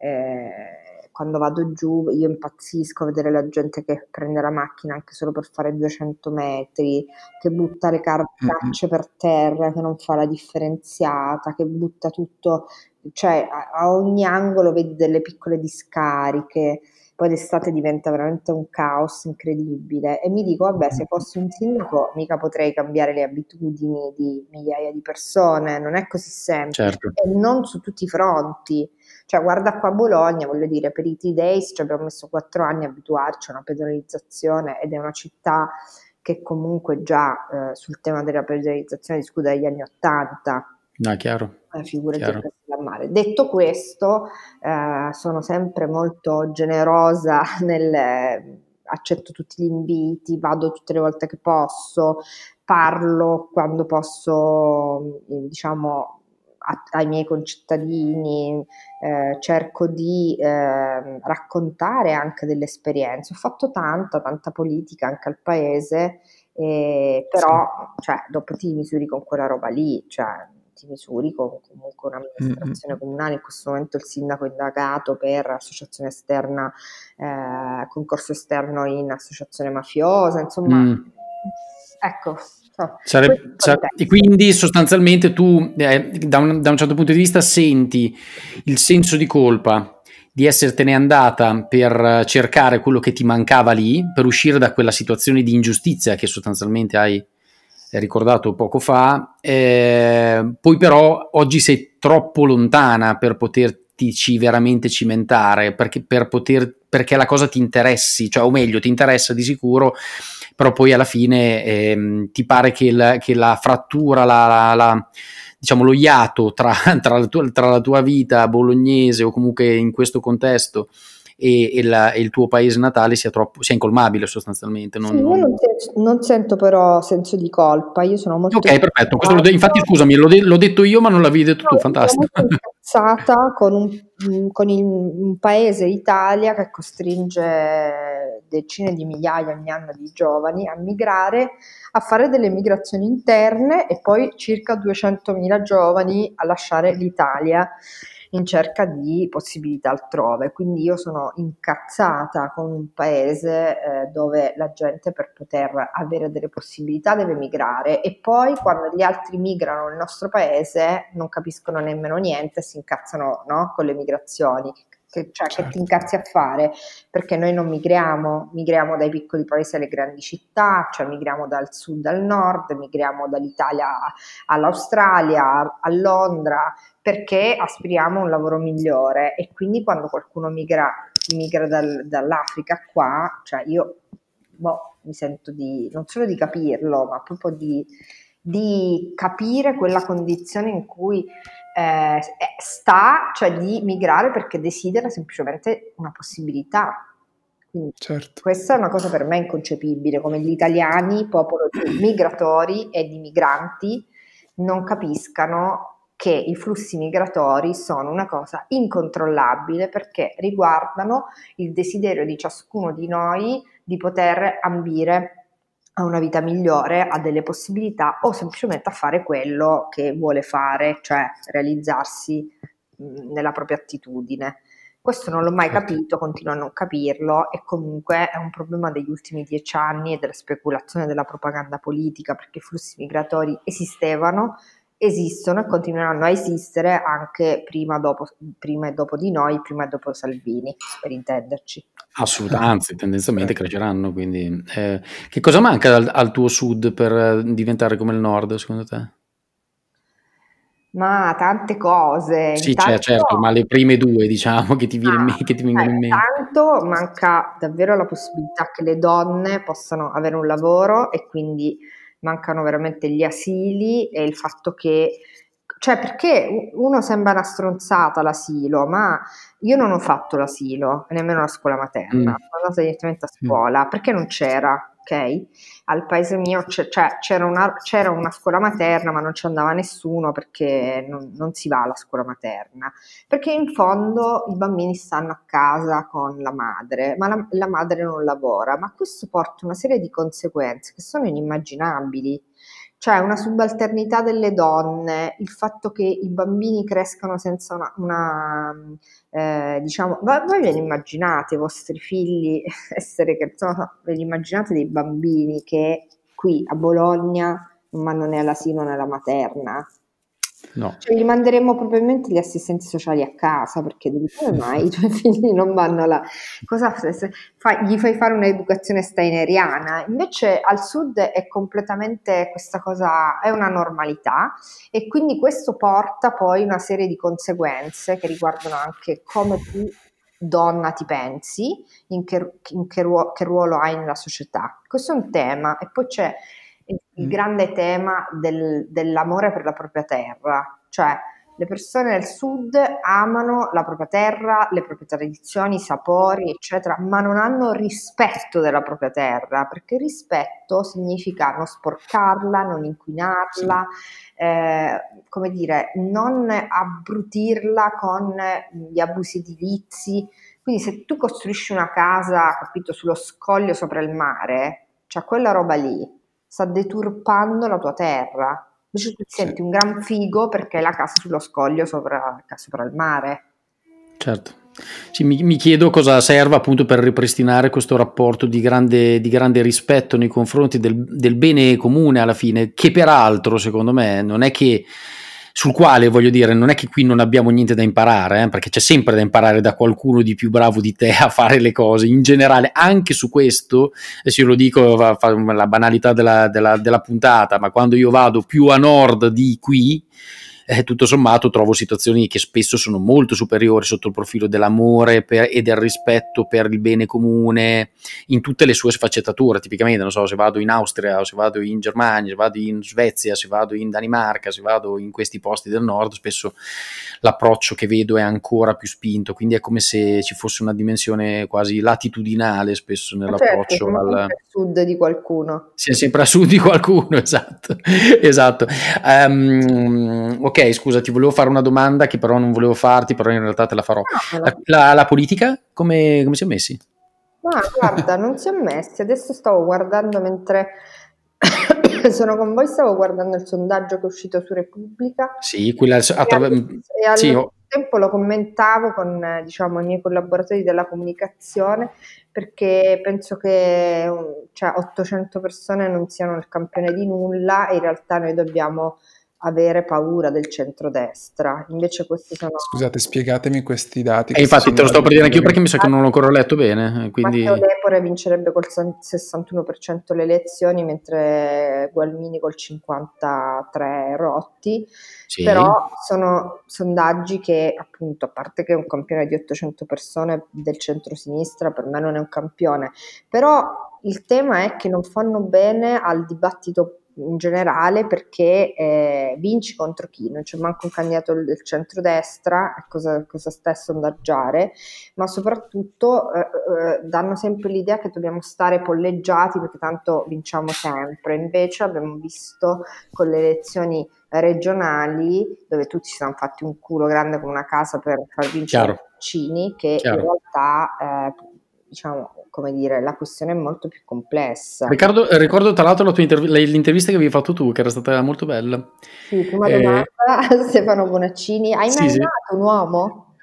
Speaker 2: quando vado giù io impazzisco a vedere la gente che prende la macchina anche solo per fare 200 metri, che butta le cartacce per terra, che non fa la differenziata, che butta tutto, cioè a ogni angolo vedi delle piccole discariche. poi d'estate diventa veramente un caos incredibile e mi dico, vabbè, se fossi un sindaco mica potrei cambiare le abitudini di migliaia di persone, non è così semplice
Speaker 1: certo.
Speaker 2: e non su tutti i fronti. Cioè, guarda qua a Bologna, voglio dire, per i T-Days ci abbiamo messo 4 anni a abituarci a una pedonalizzazione ed è una città che comunque già sul tema della pedonalizzazione discute dagli anni '80.
Speaker 1: No, chiaro,
Speaker 2: Figurati a
Speaker 1: chiaro.
Speaker 2: Castellammare. Detto questo, sono sempre molto generosa accetto tutti gli inviti, vado tutte le volte che posso, parlo quando posso, diciamo, ai miei concittadini, cerco di raccontare anche delle esperienze. Ho fatto tanta politica anche al paese, però cioè, dopo ti misuri con quella roba lì, cioè ti misuri con comunque un'amministrazione comunale. In questo momento il sindaco è indagato per associazione esterna, concorso esterno in associazione mafiosa, insomma, ecco.
Speaker 1: E quindi sostanzialmente tu da un certo punto di vista senti il senso di colpa di essertene andata per cercare quello che ti mancava lì, per uscire da quella situazione di ingiustizia che sostanzialmente hai ricordato poco fa, poi però oggi sei troppo lontana per potertici veramente cimentare, perché la cosa ti interessi, cioè, o meglio, ti interessa di sicuro, però poi alla fine ti pare che la frattura, diciamo lo iato tra la tua vita bolognese o comunque in questo contesto e il tuo paese natale sia incolmabile sostanzialmente.
Speaker 2: Sì, io non sento però senso di colpa, io sono molto
Speaker 1: Ok, perfetto. Infatti, scusami, l'ho detto io, ma non l'avevi detto tu.
Speaker 2: sono
Speaker 1: Fantastico.
Speaker 2: molto incazzata con un paese, Italia, che costringe decine di migliaia ogni anno di giovani a migrare, a fare delle migrazioni interne e poi circa 200.000 giovani a lasciare l'Italia in cerca di possibilità altrove. Quindi io sono incazzata con un paese dove la gente per poter avere delle possibilità deve migrare e poi quando gli altri migrano nel nostro paese non capiscono nemmeno niente, si incazzano, no? Con le migrazioni. Che ti incazzi a fare? Perché noi non migriamo dai piccoli paesi alle grandi città, cioè migriamo dal sud al nord, migriamo dall'Italia all'Australia, a Londra, perché aspiriamo a un lavoro migliore e quindi quando qualcuno migra dall'Africa qua, cioè io mi sento non solo di capirlo, ma proprio di capire quella condizione in cui sta, cioè di migrare perché desidera semplicemente una possibilità. Quindi
Speaker 3: Certo.
Speaker 2: questa è una cosa per me inconcepibile, come gli italiani, popolo di migratori e di migranti, non capiscano che i flussi migratori sono una cosa incontrollabile perché riguardano il desiderio di ciascuno di noi di poter ambire a una vita migliore, a delle possibilità o semplicemente a fare quello che vuole fare, cioè realizzarsi nella propria attitudine. Questo non l'ho mai capito, continuo a non capirlo e comunque è un problema degli ultimi 10 anni e della speculazione della propaganda politica perché i flussi migratori esistono e continueranno a esistere anche prima e dopo di noi, prima e dopo Salvini, per intenderci.
Speaker 1: Assolutamente, anzi, tendenzialmente cresceranno. Quindi, che cosa manca al tuo sud per diventare come il nord, secondo te?
Speaker 2: Ma tante cose,
Speaker 1: Sì, certo, ma le prime due, diciamo, che ti vengono in mente.
Speaker 2: Tanto manca davvero la possibilità che le donne possano avere un lavoro e quindi mancano veramente gli asili e il fatto che, cioè perché uno sembra una stronzata l'asilo, ma io non ho fatto l'asilo, nemmeno la scuola materna, sono andata direttamente a scuola, perché non c'era, ok? Al paese mio c'era una scuola materna, ma non ci andava nessuno perché non si va alla scuola materna, perché in fondo i bambini stanno a casa con la madre, ma la madre non lavora, ma questo porta una serie di conseguenze che sono inimmaginabili. Cioè una subalternità delle donne, il fatto che i bambini crescano senza diciamo, voi ve ne immaginate i vostri figli essere, che insomma, ve ne immaginate dei bambini che qui a Bologna non vanno né all'asilo né alla materna?
Speaker 1: No.
Speaker 2: Cioè, gli manderemo probabilmente gli assistenti sociali a casa, perché come mai i tuoi figli non vanno là? Gli fai fare un'educazione steineriana? Invece al sud è completamente questa cosa, è una normalità, e quindi questo porta poi una serie di conseguenze che riguardano anche come tu, donna, ti pensi, che ruolo hai nella società. Questo è un tema, e poi c'è il grande tema dell'amore per la propria terra, cioè le persone del sud amano la propria terra, le proprie tradizioni, i sapori, eccetera, ma non hanno rispetto della propria terra, perché rispetto significa non sporcarla, non inquinarla, come dire, non abbrutirla con gli abusi edilizi. Quindi se tu costruisci una casa, capito, sullo scoglio sopra il mare, cioè quella roba lì sta deturpando la tua terra. Invece tu ti senti un gran figo perché hai la casa sullo scoglio sopra il mare.
Speaker 1: Certo. Sì, mi chiedo cosa serva appunto per ripristinare questo rapporto di grande rispetto nei confronti del bene comune alla fine, che peraltro secondo me non è che, sul quale voglio dire, non è che qui non abbiamo niente da imparare, perché c'è sempre da imparare da qualcuno di più bravo di te a fare le cose, in generale, anche su questo, adesso io lo dico, fa la banalità della puntata, ma quando io vado più a nord di qui, tutto sommato trovo situazioni che spesso sono molto superiori sotto il profilo dell'amore e del rispetto per il bene comune in tutte le sue sfaccettature. Tipicamente, non so, se vado in Austria, o se vado in Germania, se vado in Svezia, se vado in Danimarca, se vado in questi posti del nord, spesso l'approccio che vedo è ancora più spinto, quindi è come se ci fosse una dimensione quasi latitudinale spesso nell'approccio
Speaker 2: Certo,
Speaker 1: al...
Speaker 2: sempre a sud di qualcuno.
Speaker 1: Sia sempre a sud di qualcuno, esatto, esatto. Ok, scusa, ti volevo fare una domanda che però non volevo farti, però in realtà te la farò. La politica, come si è messi?
Speaker 2: Ma guarda, non si è messi. Adesso stavo guardando mentre sono con voi, stavo guardando il sondaggio che è uscito su Repubblica
Speaker 1: Sì, quella
Speaker 2: e allo
Speaker 1: sì,
Speaker 2: stesso tempo lo commentavo con, diciamo, i miei collaboratori della comunicazione, perché penso che cioè, 800 persone non siano il campione di nulla, e in realtà noi dobbiamo avere paura del centrodestra. Invece questi sono...
Speaker 3: Scusate, spiegatemi questi dati,
Speaker 1: e
Speaker 3: questi
Speaker 1: infatti te lo sto
Speaker 3: sondaggi
Speaker 1: per dire anch'io perché mi sa che
Speaker 2: Ah,
Speaker 1: non l'ho ancora letto bene,
Speaker 2: Matteo
Speaker 1: quindi
Speaker 2: Lepore vincerebbe col 61% le elezioni, mentre Gualmini col 53% rotti,
Speaker 1: sì,
Speaker 2: però sono sondaggi che, appunto, a parte che è un campione di 800 persone del centro-sinistra, per me non è un campione, però il tema è che non fanno bene al dibattito in generale, perché vinci contro chi? Non c'è manco un candidato del centrodestra, cosa sta a sondaggiare, ma soprattutto danno sempre l'idea che dobbiamo stare polleggiati perché tanto vinciamo sempre. Invece abbiamo visto con le elezioni regionali, dove tutti si sono fatti un culo grande come una casa per far vincere i
Speaker 1: chiaro,
Speaker 2: vaccini, che in
Speaker 1: chiaro.
Speaker 2: realtà diciamo, come dire, la questione è molto più complessa.
Speaker 1: Riccardo, ricordo tra l'altro l'intervista che avevi fatto tu, che era stata molto bella.
Speaker 2: Sì, prima domanda, Stefano Bonaccini, hai mai
Speaker 1: Sì, sì.
Speaker 2: amato un uomo?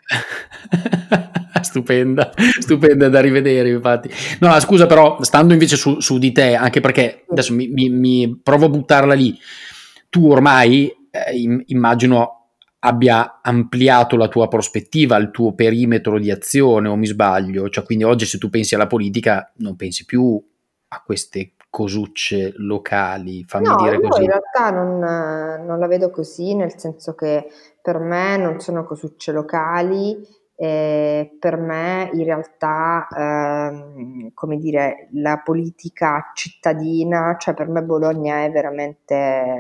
Speaker 1: Stupenda, stupenda da rivedere, infatti. No, scusa, però, stando invece su di te, anche perché
Speaker 2: Sì.
Speaker 1: adesso mi provo a buttarla lì. Tu ormai, immagino, abbia ampliato la tua prospettiva, il tuo perimetro di azione, o mi sbaglio? Cioè, quindi oggi se tu pensi alla politica, non pensi più a queste cosucce locali, fammi
Speaker 2: No,
Speaker 1: dire
Speaker 2: io in
Speaker 1: così.
Speaker 2: realtà non la vedo così, nel senso che per me non sono cosucce locali, per me in realtà, come dire, la politica cittadina, cioè per me Bologna è veramente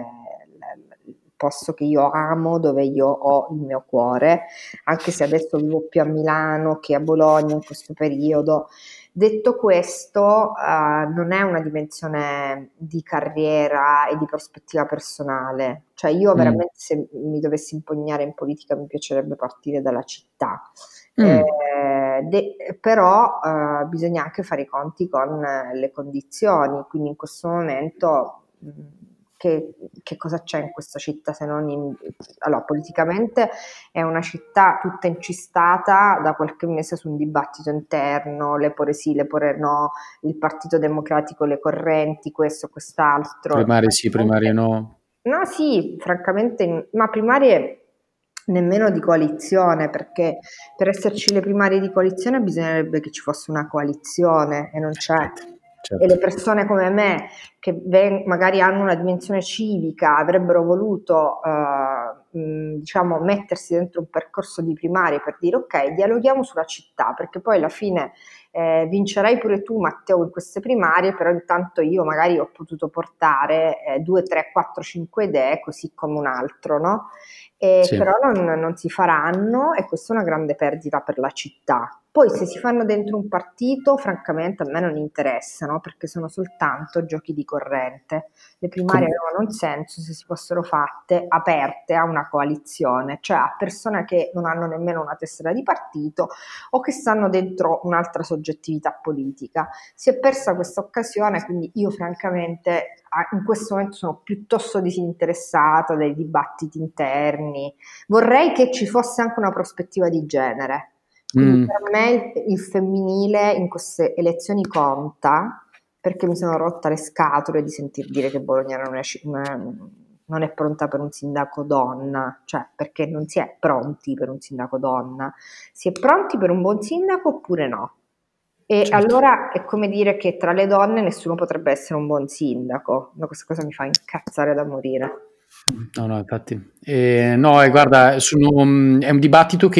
Speaker 2: il posto che io amo, dove io ho il mio cuore, anche se adesso vivo più a Milano che a Bologna in questo periodo. Detto questo, non è una dimensione di carriera e di prospettiva personale. Cioè io
Speaker 1: Mm.
Speaker 2: veramente, se mi dovessi impegnare in politica, mi piacerebbe partire dalla città.
Speaker 1: Mm.
Speaker 2: Però bisogna anche fare i conti con le condizioni, quindi in questo momento che cosa c'è in questa città se non allora, politicamente è una città tutta incistata da qualche mese su un dibattito interno, Lepore sì, Lepore no, il Partito Democratico, le correnti, questo, quest'altro.
Speaker 1: Primarie sì, primarie no.
Speaker 2: No, sì, francamente, ma primarie nemmeno di coalizione, perché per esserci le primarie di coalizione bisognerebbe che ci fosse una coalizione e non c'è.
Speaker 1: Infatti,
Speaker 2: E le
Speaker 1: certo.
Speaker 2: persone come me, che magari hanno una dimensione civica, avrebbero voluto, diciamo, mettersi dentro un percorso di primarie per dire ok, dialoghiamo sulla città, perché poi alla fine vincerai pure tu, Matteo, in queste primarie, però intanto io magari ho potuto portare 2, 3, 4, 5 idee, così come un altro, no?
Speaker 1: Sì.
Speaker 2: Però non si faranno e questa è una grande perdita per la città. Poi se si fanno dentro un partito, francamente a me non interessano perché sono soltanto giochi di corrente. Le primarie
Speaker 1: Com-
Speaker 2: avevano un senso se si fossero fatte aperte a una coalizione, cioè a persone che non hanno nemmeno una tessera di partito o che stanno dentro un'altra soggettività politica. Si è persa questa occasione, quindi io francamente in questo momento sono piuttosto disinteressata dai dibattiti interni. Vorrei che ci fosse anche una prospettiva di genere. Quindi
Speaker 1: mm,
Speaker 2: per me il femminile in queste elezioni conta, perché mi sono rotta le scatole di sentir dire che Bologna non è pronta per un sindaco donna, cioè perché non si è pronti per un sindaco donna. Si è pronti per un buon sindaco oppure no? E
Speaker 1: certo.
Speaker 2: allora è come dire che tra le donne nessuno potrebbe essere un buon sindaco. No, questa cosa mi fa incazzare da morire.
Speaker 1: No, no, infatti. No, guarda, è un dibattito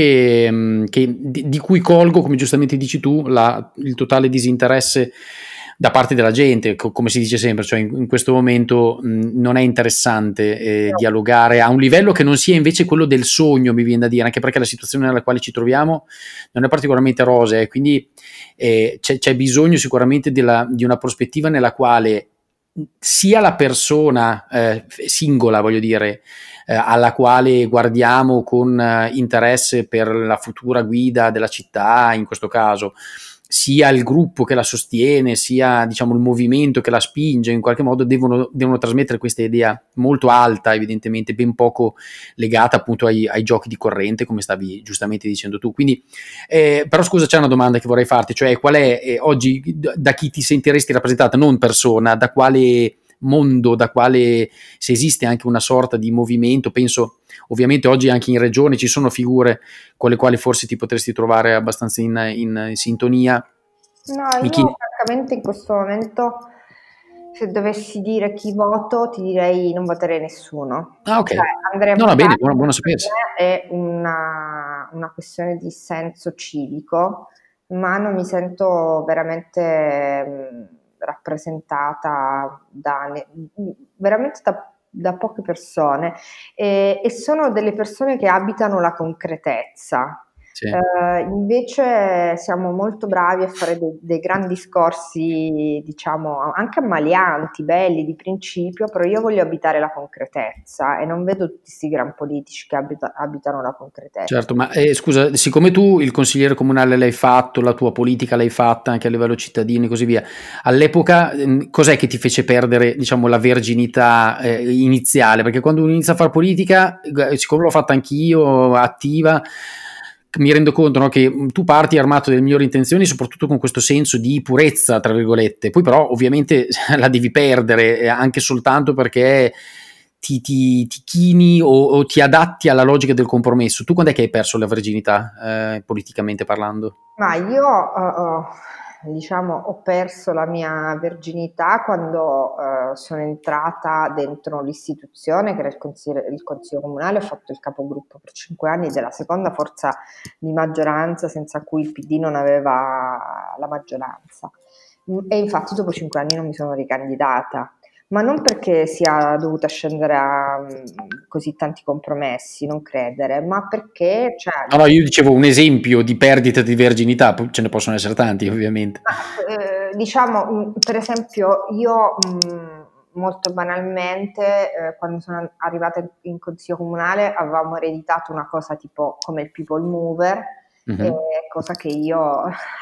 Speaker 1: di cui colgo, come giustamente dici tu, il totale disinteresse da parte della gente, come si dice sempre, cioè in questo momento non è interessante
Speaker 2: No.
Speaker 1: dialogare a un livello che non sia invece quello del sogno, mi viene da dire, anche perché la situazione nella quale ci troviamo non è particolarmente rosea, e quindi c'è bisogno sicuramente di una prospettiva nella quale sia la persona singola, voglio dire, alla quale guardiamo con interesse per la futura guida della città, in questo caso, sia il gruppo che la sostiene, sia diciamo il movimento che la spinge, in qualche modo devono trasmettere questa idea molto alta, evidentemente ben poco legata appunto ai giochi di corrente, come stavi giustamente dicendo tu. Quindi, però scusa, c'è una domanda che vorrei farti, cioè qual è oggi, da chi ti sentiresti rappresentata, non persona, da quale mondo, da quale, se esiste anche una sorta di movimento, penso ovviamente oggi anche in regione ci sono figure con le quali forse ti potresti trovare abbastanza in sintonia.
Speaker 2: No,
Speaker 1: Mi
Speaker 2: io
Speaker 1: chiedi...
Speaker 2: francamente in questo momento, se dovessi dire chi voto, ti direi non voterei nessuno.
Speaker 1: Ah, ok.
Speaker 2: Cioè, andrei a
Speaker 1: No, va bene,
Speaker 2: votare
Speaker 1: buono
Speaker 2: perché
Speaker 1: sapersi.
Speaker 2: per me è una questione di senso civico, ma non mi sento veramente rappresentata veramente da poche persone e sono delle persone che abitano la concretezza.
Speaker 1: Sì.
Speaker 2: Invece siamo molto bravi a fare dei grandi discorsi, diciamo, anche ammalianti, belli, di principio, però io voglio abitare la concretezza e non vedo tutti questi gran politici che abitano la concretezza.
Speaker 1: Certo, ma scusa, siccome tu il consigliere comunale l'hai fatto, la tua politica l'hai fatta anche a livello cittadino e così via, all'epoca cos'è che ti fece perdere, diciamo, la verginità iniziale? Perché quando uno inizia a fare politica, siccome l'ho fatta anch'io, attiva, mi rendo conto, no, che tu parti armato delle migliori intenzioni, soprattutto con questo senso di purezza, tra virgolette, poi però ovviamente la devi perdere anche soltanto perché ti chini o ti adatti alla logica del compromesso. Tu quando è che hai perso la verginità, politicamente parlando?
Speaker 2: Ma io, diciamo, ho perso la mia verginità quando sono entrata dentro l'istituzione, che era il consiglio comunale, ho fatto il capogruppo per 5 anni della seconda forza di maggioranza senza cui il PD non aveva la maggioranza. E infatti dopo 5 anni non mi sono ricandidata, ma non perché sia dovuta scendere a così tanti compromessi, non credere, ma perché, cioè,
Speaker 1: No, no, io dicevo un esempio di perdita di verginità, poi ce ne possono essere tanti, ovviamente.
Speaker 2: ma, diciamo, per esempio, io molto banalmente, quando sono arrivata in consiglio comunale, avevamo ereditato una cosa tipo come il People Mover,
Speaker 1: Mhm.
Speaker 2: cosa che io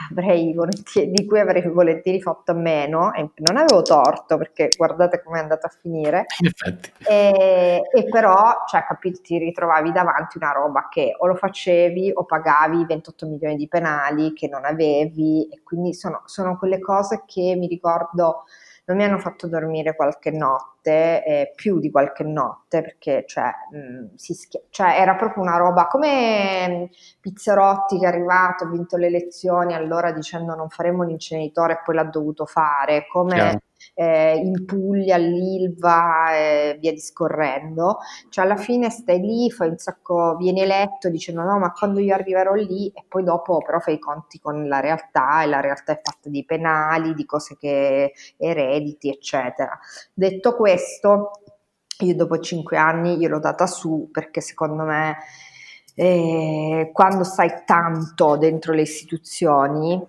Speaker 2: di cui avrei volentieri fatto a meno, e non avevo torto perché guardate come è andata a finire.
Speaker 1: In effetti.
Speaker 2: E però, cioè, capito, ti ritrovavi davanti una roba che o lo facevi o pagavi 28 milioni di penali che non avevi, e quindi sono quelle cose che mi ricordo non mi hanno fatto dormire qualche notte, più di qualche notte, perché cioè, cioè, era proprio una roba come Pizzarotti che è arrivato, ha vinto le elezioni, allora dicendo non faremo l'inceneritore e poi l'ha dovuto fare, come
Speaker 1: Chiaro.
Speaker 2: in Puglia, all'Ilva e via discorrendo. Cioè alla fine stai lì, fai un sacco, vieni eletto dicendo no, ma quando io arriverò lì, e poi dopo però fai i conti con la realtà, e la realtà è fatta di penali, di cose che erediti, eccetera. Detto questo, io dopo 5 anni gliel'ho data su, perché secondo me quando stai tanto dentro le istituzioni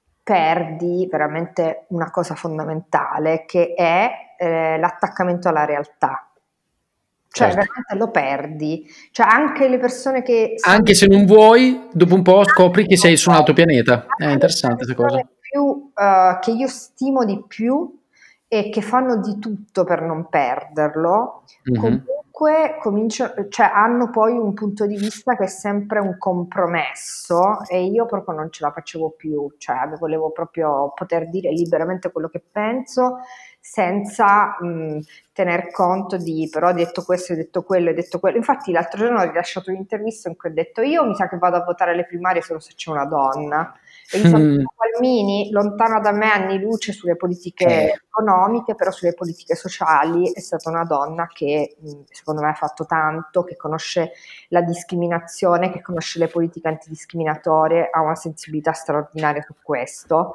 Speaker 2: perdi veramente una cosa fondamentale, che è l'attaccamento alla realtà. Cioè
Speaker 1: Certo.
Speaker 2: veramente lo perdi. Cioè anche le persone che sanno
Speaker 1: Anche se non vuoi, dopo un po' scopri che sei su un altro pianeta. È
Speaker 2: anche le
Speaker 1: interessante questa cosa.
Speaker 2: persone più, che io stimo di più e che fanno di tutto per non perderlo,
Speaker 1: Mhm.
Speaker 2: comunque cioè, hanno poi un punto di vista che è sempre un compromesso, e io proprio non ce la facevo più, cioè volevo proprio poter dire liberamente quello che penso senza tener conto di però ho detto questo, ho detto quello, ho detto quello. Infatti l'altro giorno ho rilasciato un'intervista in cui ho detto io mi sa che vado a votare alle primarie solo se c'è una donna. Elisabetta Palmini, lontana da me anni luce sulle politiche economiche, però sulle politiche sociali è stata una donna che secondo me ha fatto tanto, che conosce la discriminazione, che conosce le politiche antidiscriminatorie, ha una sensibilità straordinaria su questo.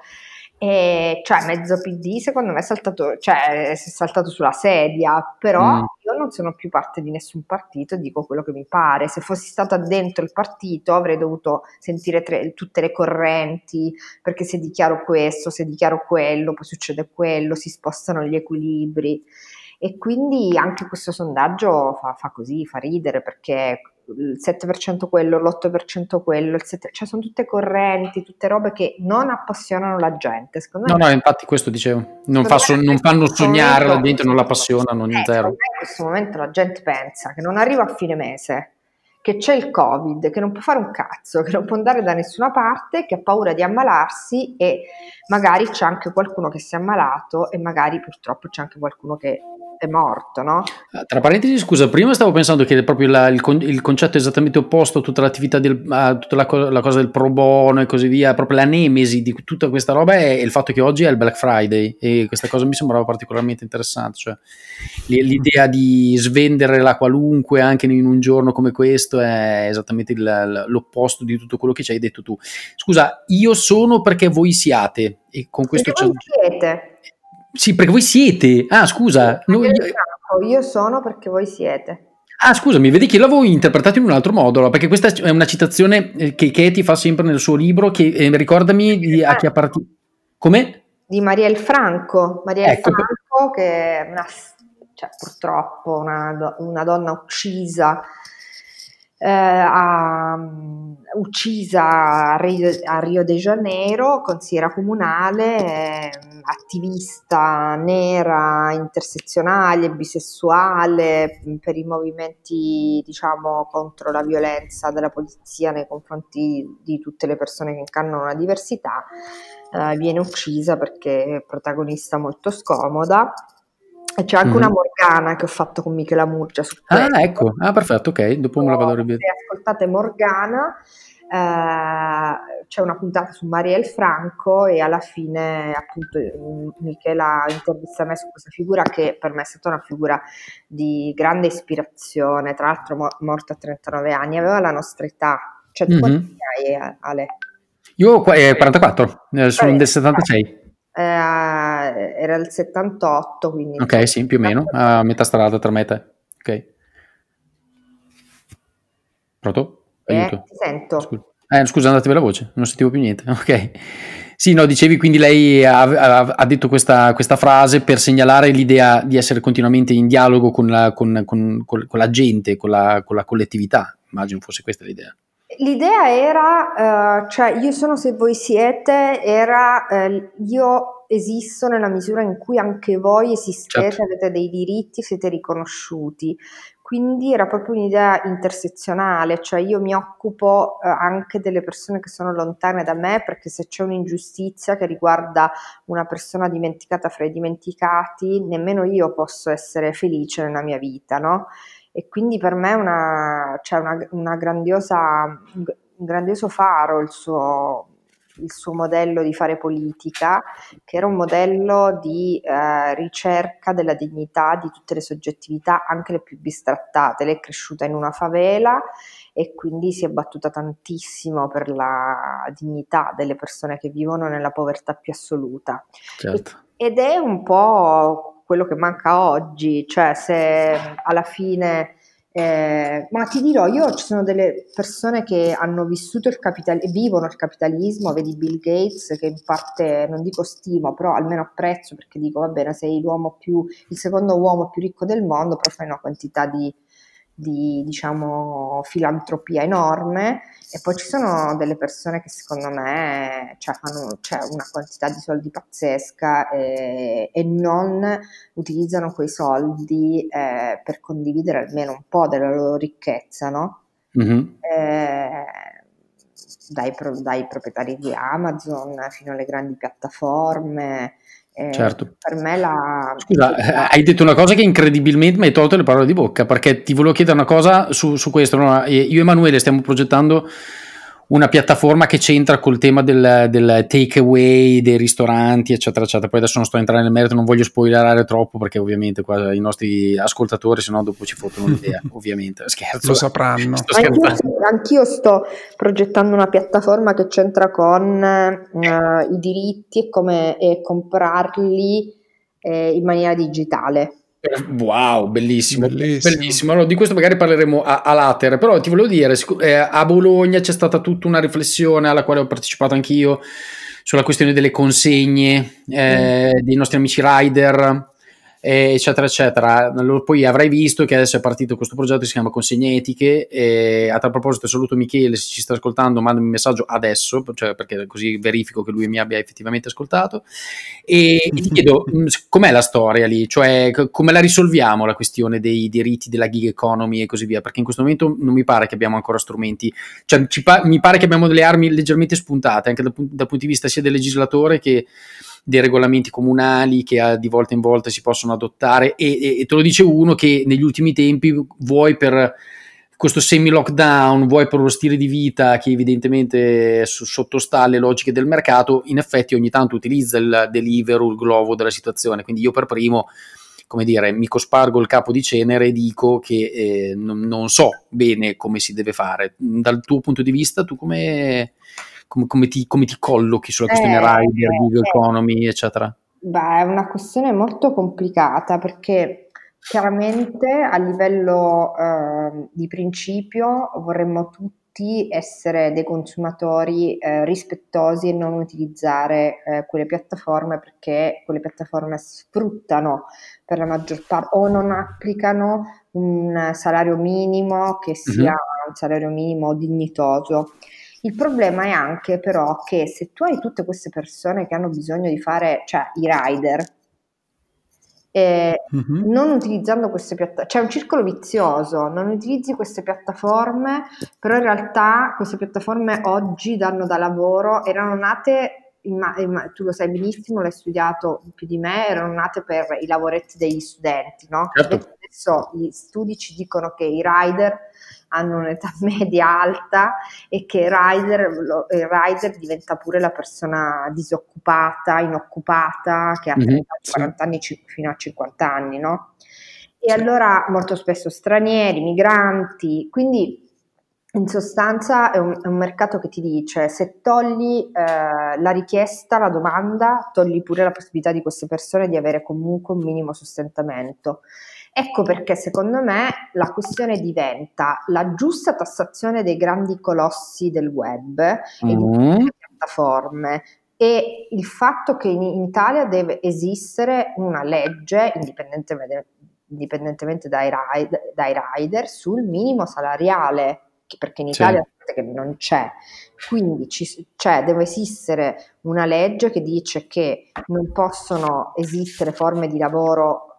Speaker 2: E cioè mezzo PD secondo me è saltato, cioè, si è saltato sulla sedia, però
Speaker 1: Mm.
Speaker 2: io non sono più parte di nessun partito, dico quello che mi pare. Se fossi stata dentro il partito avrei dovuto sentire tutte le correnti, perché se dichiaro questo, se dichiaro quello, poi succede quello, si spostano gli equilibri. E quindi anche questo sondaggio fa così, fa ridere, perché il 7% quello, l'8% quello, cioè sono tutte correnti, tutte robe che non appassionano la gente. Secondo
Speaker 1: No,
Speaker 2: me,
Speaker 1: no, infatti questo dicevo.
Speaker 2: secondo me
Speaker 1: Non
Speaker 2: in
Speaker 1: fanno
Speaker 2: questo
Speaker 1: sognare la
Speaker 2: momento,
Speaker 1: gente, non la appassionano,
Speaker 2: secondo
Speaker 1: zero.
Speaker 2: me in questo momento la gente pensa che non arriva a fine mese, che c'è il Covid, che non può fare un cazzo, che non può andare da nessuna parte, che ha paura di ammalarsi, e magari c'è anche qualcuno che si è ammalato e magari purtroppo c'è anche qualcuno che è morto, no?
Speaker 1: Tra parentesi, scusa, prima stavo pensando che proprio il concetto è esattamente opposto a tutta l'attività a tutta la cosa del pro bono e così via, proprio la nemesi di tutta questa roba è il fatto che oggi è il Black Friday, e questa cosa mi sembrava particolarmente interessante, cioè l'idea di svendere la qualunque anche in un giorno come questo è esattamente l'opposto di tutto quello che ci hai detto tu. Scusa, io sono perché voi siate, e con questo
Speaker 2: Perché voi siete.
Speaker 1: sì, perché voi siete. Ah, scusa.
Speaker 2: Marielle Franco, io sono perché voi siete.
Speaker 1: Ah, scusami, vedi che l'avevo interpretato in un altro modo, allora, perché questa è una citazione che Katie fa sempre nel suo libro, che ricordami a chi appartiene. Come?
Speaker 2: Di Marielle Franco,
Speaker 1: Ecco,
Speaker 2: che è cioè, purtroppo una donna uccisa, uccisa a Rio de Janeiro, consigliera comunale, attivista nera, intersezionale, bisessuale, per i movimenti, diciamo, contro la violenza della polizia nei confronti di tutte le persone che incarnano una diversità. Viene uccisa perché è protagonista molto scomoda, e c'è anche una Morgana che ho fatto con Michela Murgia su
Speaker 1: Ah,
Speaker 2: questo.
Speaker 1: ecco. Ah, perfetto, ok. Dopo me la vado a
Speaker 2: Se
Speaker 1: rivedere.
Speaker 2: ascoltate Morgana, c'è una puntata su Marielle Franco, e alla fine appunto Michela intervista me su questa figura, che per me è stata una figura di grande ispirazione, tra l'altro morta a 39 anni, aveva la nostra età. Cioè tu quanti anni hai, Ale?
Speaker 1: Io ho 44, sono del 76.
Speaker 2: Era il 78, quindi insomma.
Speaker 1: Ok, sì, più o meno, a metà strada tra me e te. Ok. Pronto? Aiuto.
Speaker 2: Ti sento.
Speaker 1: Scusa, andatevi la voce, non sentivo più niente. Ok. Sì, no, dicevi, quindi lei ha detto questa frase per segnalare l'idea di essere continuamente in dialogo con la gente, con la collettività. Immagino fosse questa l'idea.
Speaker 2: L'idea era, cioè io sono se voi siete, era io esisto nella misura in cui anche voi esistete,
Speaker 1: Certo.
Speaker 2: avete dei diritti, siete riconosciuti. quindi era proprio un'idea intersezionale, cioè io mi occupo anche delle persone che sono lontane da me, perché se c'è un'ingiustizia che riguarda una persona dimenticata fra i dimenticati, nemmeno io posso essere felice nella mia vita, no? E quindi per me è cioè una un grandioso faro il suo modello di fare politica, che era un modello di ricerca della dignità di tutte le soggettività, anche le più bistrattate. Lei è cresciuta in una favela e quindi si è battuta tantissimo per la dignità delle persone che vivono nella povertà più assoluta.
Speaker 1: Certo.
Speaker 2: Ed è un po' quello che manca oggi, cioè se alla fine... ma ti dirò, io ci sono delle persone che hanno vissuto vivono il capitalismo, vedi Bill Gates, che in parte non dico stimo, però almeno apprezzo, perché dico va bene, sei il secondo uomo più ricco del mondo, però fai una quantità di filantropia enorme. E poi ci sono delle persone che secondo me fanno una quantità di soldi pazzesca e non utilizzano quei soldi per condividere almeno un po' della loro ricchezza, no?
Speaker 1: Mm-hmm.
Speaker 2: Dai proprietari di Amazon fino alle grandi piattaforme.
Speaker 1: Certo.
Speaker 2: Per me
Speaker 1: Scusa, hai detto una cosa che incredibilmente mi hai tolto le parole di bocca, perché ti volevo chiedere una cosa su questo. No? Io e Emanuele stiamo progettando una piattaforma che c'entra col tema del take away, dei ristoranti, eccetera, eccetera. Poi adesso non sto a entrare nel merito, non voglio spoilerare troppo, perché ovviamente qua i nostri ascoltatori, se no dopo ci fottono l'idea, ovviamente. Scherzo.
Speaker 3: Lo sapranno.
Speaker 2: Anch'io sto progettando una piattaforma che c'entra con i diritti e comprarli in maniera digitale.
Speaker 1: Wow, bellissimo. Allora, di questo magari parleremo a latere, però ti volevo dire, a Bologna c'è stata tutta una riflessione alla quale ho partecipato anch'io sulla questione delle consegne dei nostri amici rider, eccetera eccetera. Poi avrai visto che adesso è partito questo progetto che si chiama Consegne Etiche, e a tal proposito saluto Michele, se ci sta ascoltando mandami un messaggio adesso, cioè perché così verifico che lui mi abbia effettivamente ascoltato, e ti chiedo com'è la storia lì, cioè come la risolviamo la questione dei diritti della gig economy e così via, perché in questo momento non mi pare che abbiamo ancora strumenti, cioè mi pare che abbiamo delle armi leggermente spuntate anche dal punto di vista sia del legislatore che dei regolamenti comunali che di volta in volta si possono adottare, e te lo dice uno che negli ultimi tempi, vuoi per questo semi-lockdown, vuoi per lo stile di vita che evidentemente sottostà alle logiche del mercato, in effetti ogni tanto utilizza il Deliveroo, il globo della situazione. Quindi io per primo, come dire, mi cospargo il capo di cenere e dico che non so bene come si deve fare. Dal tuo punto di vista, tu come ti collochi sulla questione rider, gig economy, eccetera?
Speaker 2: Beh, è una questione molto complicata, perché chiaramente a livello di principio vorremmo tutti essere dei consumatori rispettosi e non utilizzare quelle piattaforme, perché quelle piattaforme sfruttano per la maggior parte o non applicano un salario minimo che sia un salario minimo dignitoso. Il problema è anche però che se tu hai tutte queste persone che hanno bisogno di fare, cioè i rider, non utilizzando queste piattaforme, c'è un circolo vizioso, non utilizzi queste piattaforme, però in realtà queste piattaforme oggi danno da lavoro, erano nate, tu lo sai benissimo, l'hai studiato più di me, erano nate per i lavoretti degli studenti, no?
Speaker 1: Certo.
Speaker 2: Adesso gli studi ci dicono che i rider hanno un'età media alta e che il rider diventa pure la persona disoccupata, inoccupata, che ha 30-40 anni fino a 50 anni, no? E allora molto spesso stranieri, migranti, quindi in sostanza è un mercato che ti dice: se togli la richiesta, la domanda, togli pure la possibilità di queste persone di avere comunque un minimo sostentamento. Ecco perché secondo me la questione diventa la giusta tassazione dei grandi colossi del web e di queste piattaforme, e il fatto che in Italia deve esistere una legge, indipendentemente dai rider, sul minimo salariale, perché in Italia che non c'è. Quindi deve esistere una legge che dice che non possono esistere forme di lavoro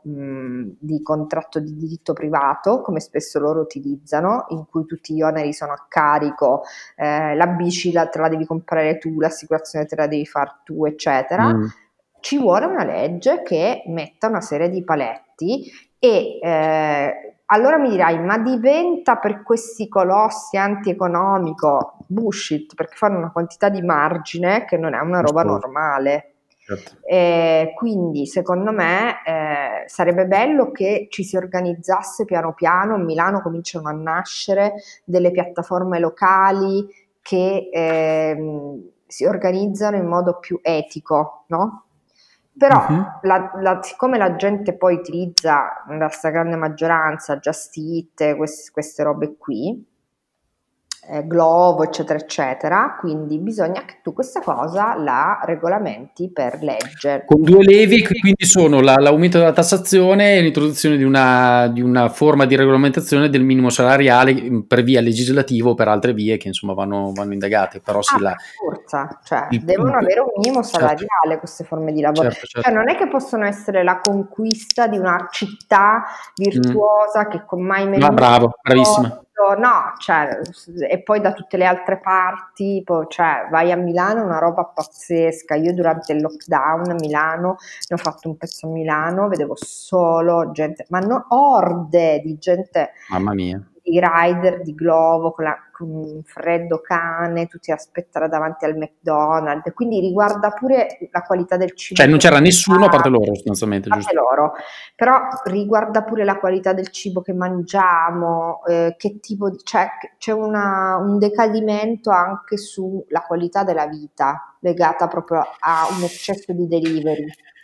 Speaker 2: di contratto di diritto privato, come spesso loro utilizzano, in cui tutti gli oneri sono a carico, la bici te la devi comprare tu, l'assicurazione te la devi far tu, eccetera. Ci vuole una legge che metta una serie di paletti e allora mi dirai, ma diventa per questi colossi antieconomico bullshit, perché fanno una quantità di margine che non è una roba normale.
Speaker 1: Certo.
Speaker 2: Quindi secondo me sarebbe bello che ci si organizzasse piano piano. A Milano cominciano a nascere delle piattaforme locali che si organizzano in modo più etico, no? Però siccome la gente poi utilizza la stragrande maggioranza Just Eat, queste robe qui, Glovo, eccetera, eccetera, quindi bisogna che tu questa cosa la regolamenti per legge.
Speaker 1: Con due levi che quindi sono l'aumento della tassazione e l'introduzione di una forma di regolamentazione del minimo salariale per via legislativo o per altre vie che insomma vanno indagate. Però
Speaker 2: per forza, cioè devono avere un minimo salariale queste forme di lavoro.
Speaker 1: Certo.
Speaker 2: Cioè non è che possono essere la conquista di una città virtuosa che con mai meno
Speaker 1: bravo, bravissima.
Speaker 2: No, cioè, e poi da tutte le altre parti, cioè, vai a Milano, è una roba pazzesca. Io durante il lockdown a Milano, ne ho fatto un pezzo a Milano, vedevo solo gente, ma orde di gente,
Speaker 1: mamma mia,
Speaker 2: di rider di Glovo con un freddo cane, tutti a aspettare davanti al McDonald's, quindi riguarda pure la qualità del cibo.
Speaker 1: Cioè non c'era nessuno a parte loro sostanzialmente, giusto?
Speaker 2: Loro, però riguarda pure la qualità del cibo che mangiamo, che tipo di, cioè c'è un decadimento anche sulla qualità della vita legata proprio a un eccesso di delivery.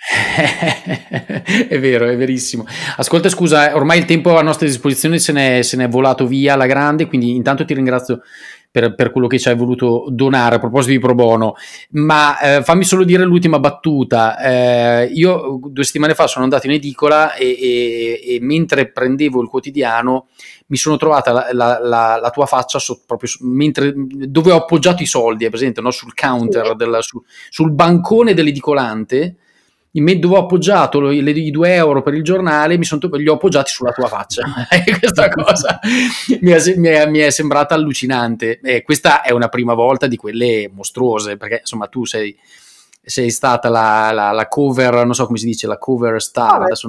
Speaker 1: È vero, è verissimo. Ascolta, scusa, ormai il tempo a nostra disposizione se n'è volato via alla grande, quindi intanto ti ringrazio per quello che ci hai voluto donare a proposito di pro bono, ma fammi solo dire l'ultima battuta. Io 2 settimane fa sono andato in edicola e mentre prendevo il quotidiano mi sono trovata la tua faccia proprio dove ho appoggiato i soldi, è presente, no? Sul counter, sul bancone dell'edicolante, dove ho appoggiato i 2 euro per il giornale, li ho appoggiati sulla tua faccia. Questa cosa mi è sembrata allucinante. Questa è una prima volta di quelle mostruose, perché insomma tu sei stata la cover, non so come si dice, la cover star adesso,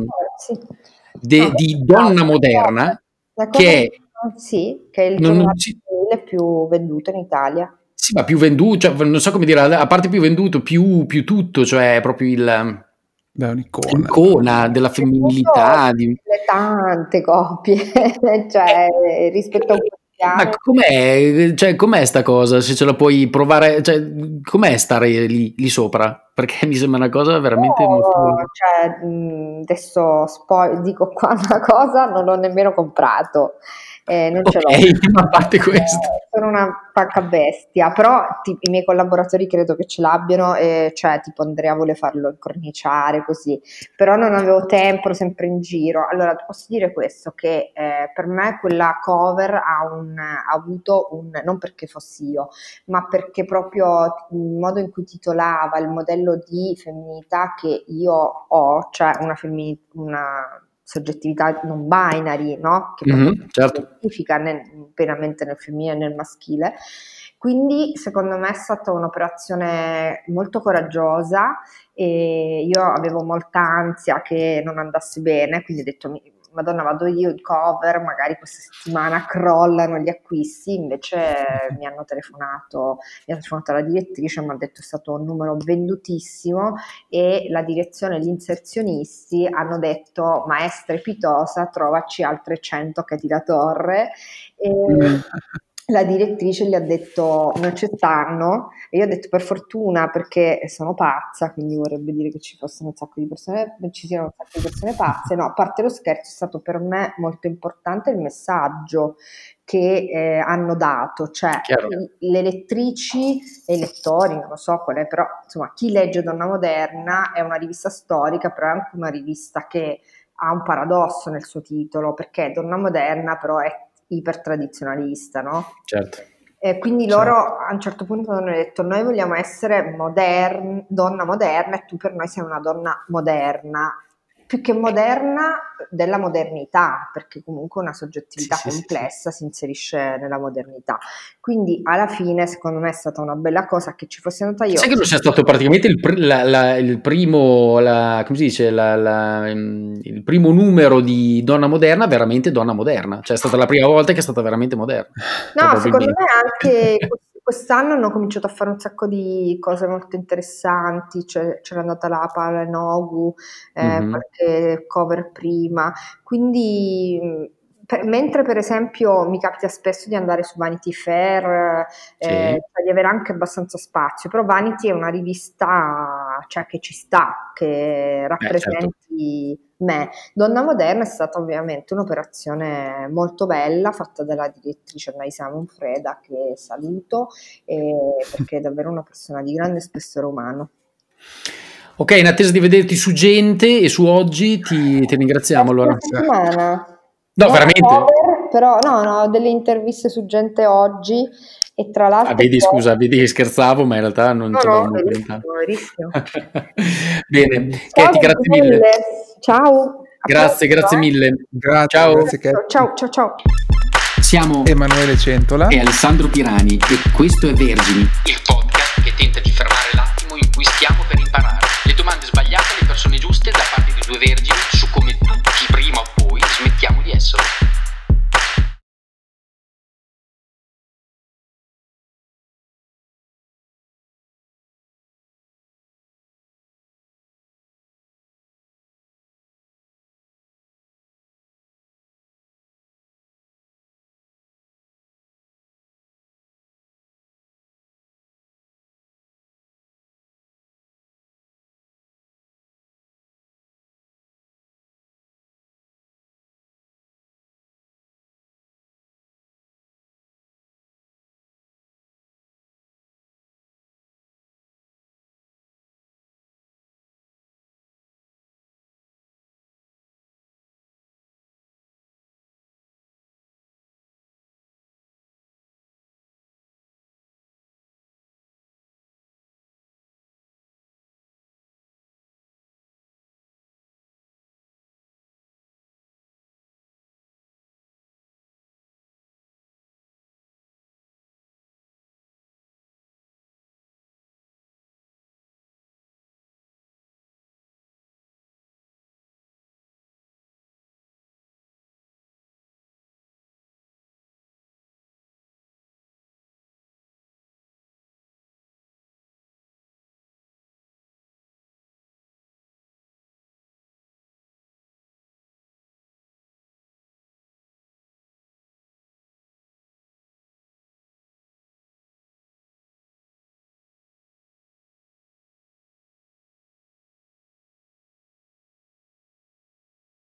Speaker 1: di Donna Moderna, che
Speaker 2: è il giornale più venduto in Italia.
Speaker 1: Sì, ma più venduto, cioè, non so come dire, a parte più venduto, più tutto, cioè proprio un'icona della femminilità.
Speaker 2: Le tante copie, cioè rispetto a un
Speaker 1: ma com'è sta cosa? Se ce la puoi provare, cioè, com'è stare lì sopra? Perché mi sembra una cosa veramente molto...
Speaker 2: Cioè, adesso dico qua una cosa, non l'ho nemmeno comprato. Non ce l'ho.
Speaker 1: A parte questo.
Speaker 2: Sono una pacca bestia, però i miei collaboratori credo che ce l'abbiano, cioè tipo Andrea vuole farlo incorniciare così, però non avevo tempo, ero sempre in giro. Allora ti posso dire questo, che per me quella cover ha avuto non perché fossi io, ma perché proprio il modo in cui titolava, il modello di femminilità che io ho, cioè una soggettività non binary, no? Che
Speaker 1: certo.
Speaker 2: identifica pienamente nel femminile e nel maschile. Quindi secondo me è stata un'operazione molto coraggiosa e io avevo molta ansia che non andasse bene, quindi ho detto Madonna, vado io in cover, magari questa settimana crollano gli acquisti, invece mi ha telefonato la direttrice, mi ha detto è stato un numero vendutissimo e la direzione e gli inserzionisti hanno detto ma è strepitosa, trovaci altre 100 che ti la torre. E la direttrice gli ha detto non ci stanno e io ho detto per fortuna perché sono pazza, quindi vorrebbe dire che ci fossero un sacco di persone, ci siano un sacco di persone pazze. No, a parte lo scherzo, è stato per me molto importante il messaggio che hanno dato, cioè le lettrici e i lettori, non lo so qual è, però insomma chi legge Donna Moderna è una rivista storica, però è anche una rivista che ha un paradosso nel suo titolo, perché Donna Moderna però è ipertradizionalista, no?
Speaker 1: Certo.
Speaker 2: Quindi loro a un certo punto hanno detto noi vogliamo essere donna moderna e tu per noi sei una donna moderna. più che moderna, della modernità, perché comunque una soggettività complessa si inserisce nella modernità. Quindi alla fine, secondo me, è stata una bella cosa che ci fosse andata io.
Speaker 1: Sai che non sia stato praticamente il primo, come si dice, il primo numero di Donna Moderna, veramente Donna Moderna, cioè è stata la prima volta che è stata veramente moderna.
Speaker 2: No, secondo me anche quest'anno hanno cominciato a fare un sacco di cose molto interessanti, c'era andata la Paola Enogu, qualche cover prima, quindi mentre per esempio mi capita spesso di andare su Vanity Fair, cioè di avere anche abbastanza spazio, però Vanity è una rivista, cioè, che ci sta, che rappresenti me. Donna Moderna è stata ovviamente un'operazione molto bella, fatta dalla direttrice Annalisa Manfreda, che saluto, perché è davvero una persona di grande spessore umano.
Speaker 1: Ok, in attesa di vederti su Gente e su Oggi, ti ringraziamo allora.
Speaker 2: No, veramente? Però no, delle interviste su Gente Oggi, e tra l'altro...
Speaker 1: vedi che scherzavo, ma in realtà non ci andavo molto lontano. Bene, Katie, grazie mille.
Speaker 2: Ciao.
Speaker 1: Grazie mille.
Speaker 3: Ciao.
Speaker 2: Ciao.
Speaker 1: Siamo
Speaker 3: Emanuele Centola
Speaker 1: e Alessandro Pirani e questo è Vergini, il podcast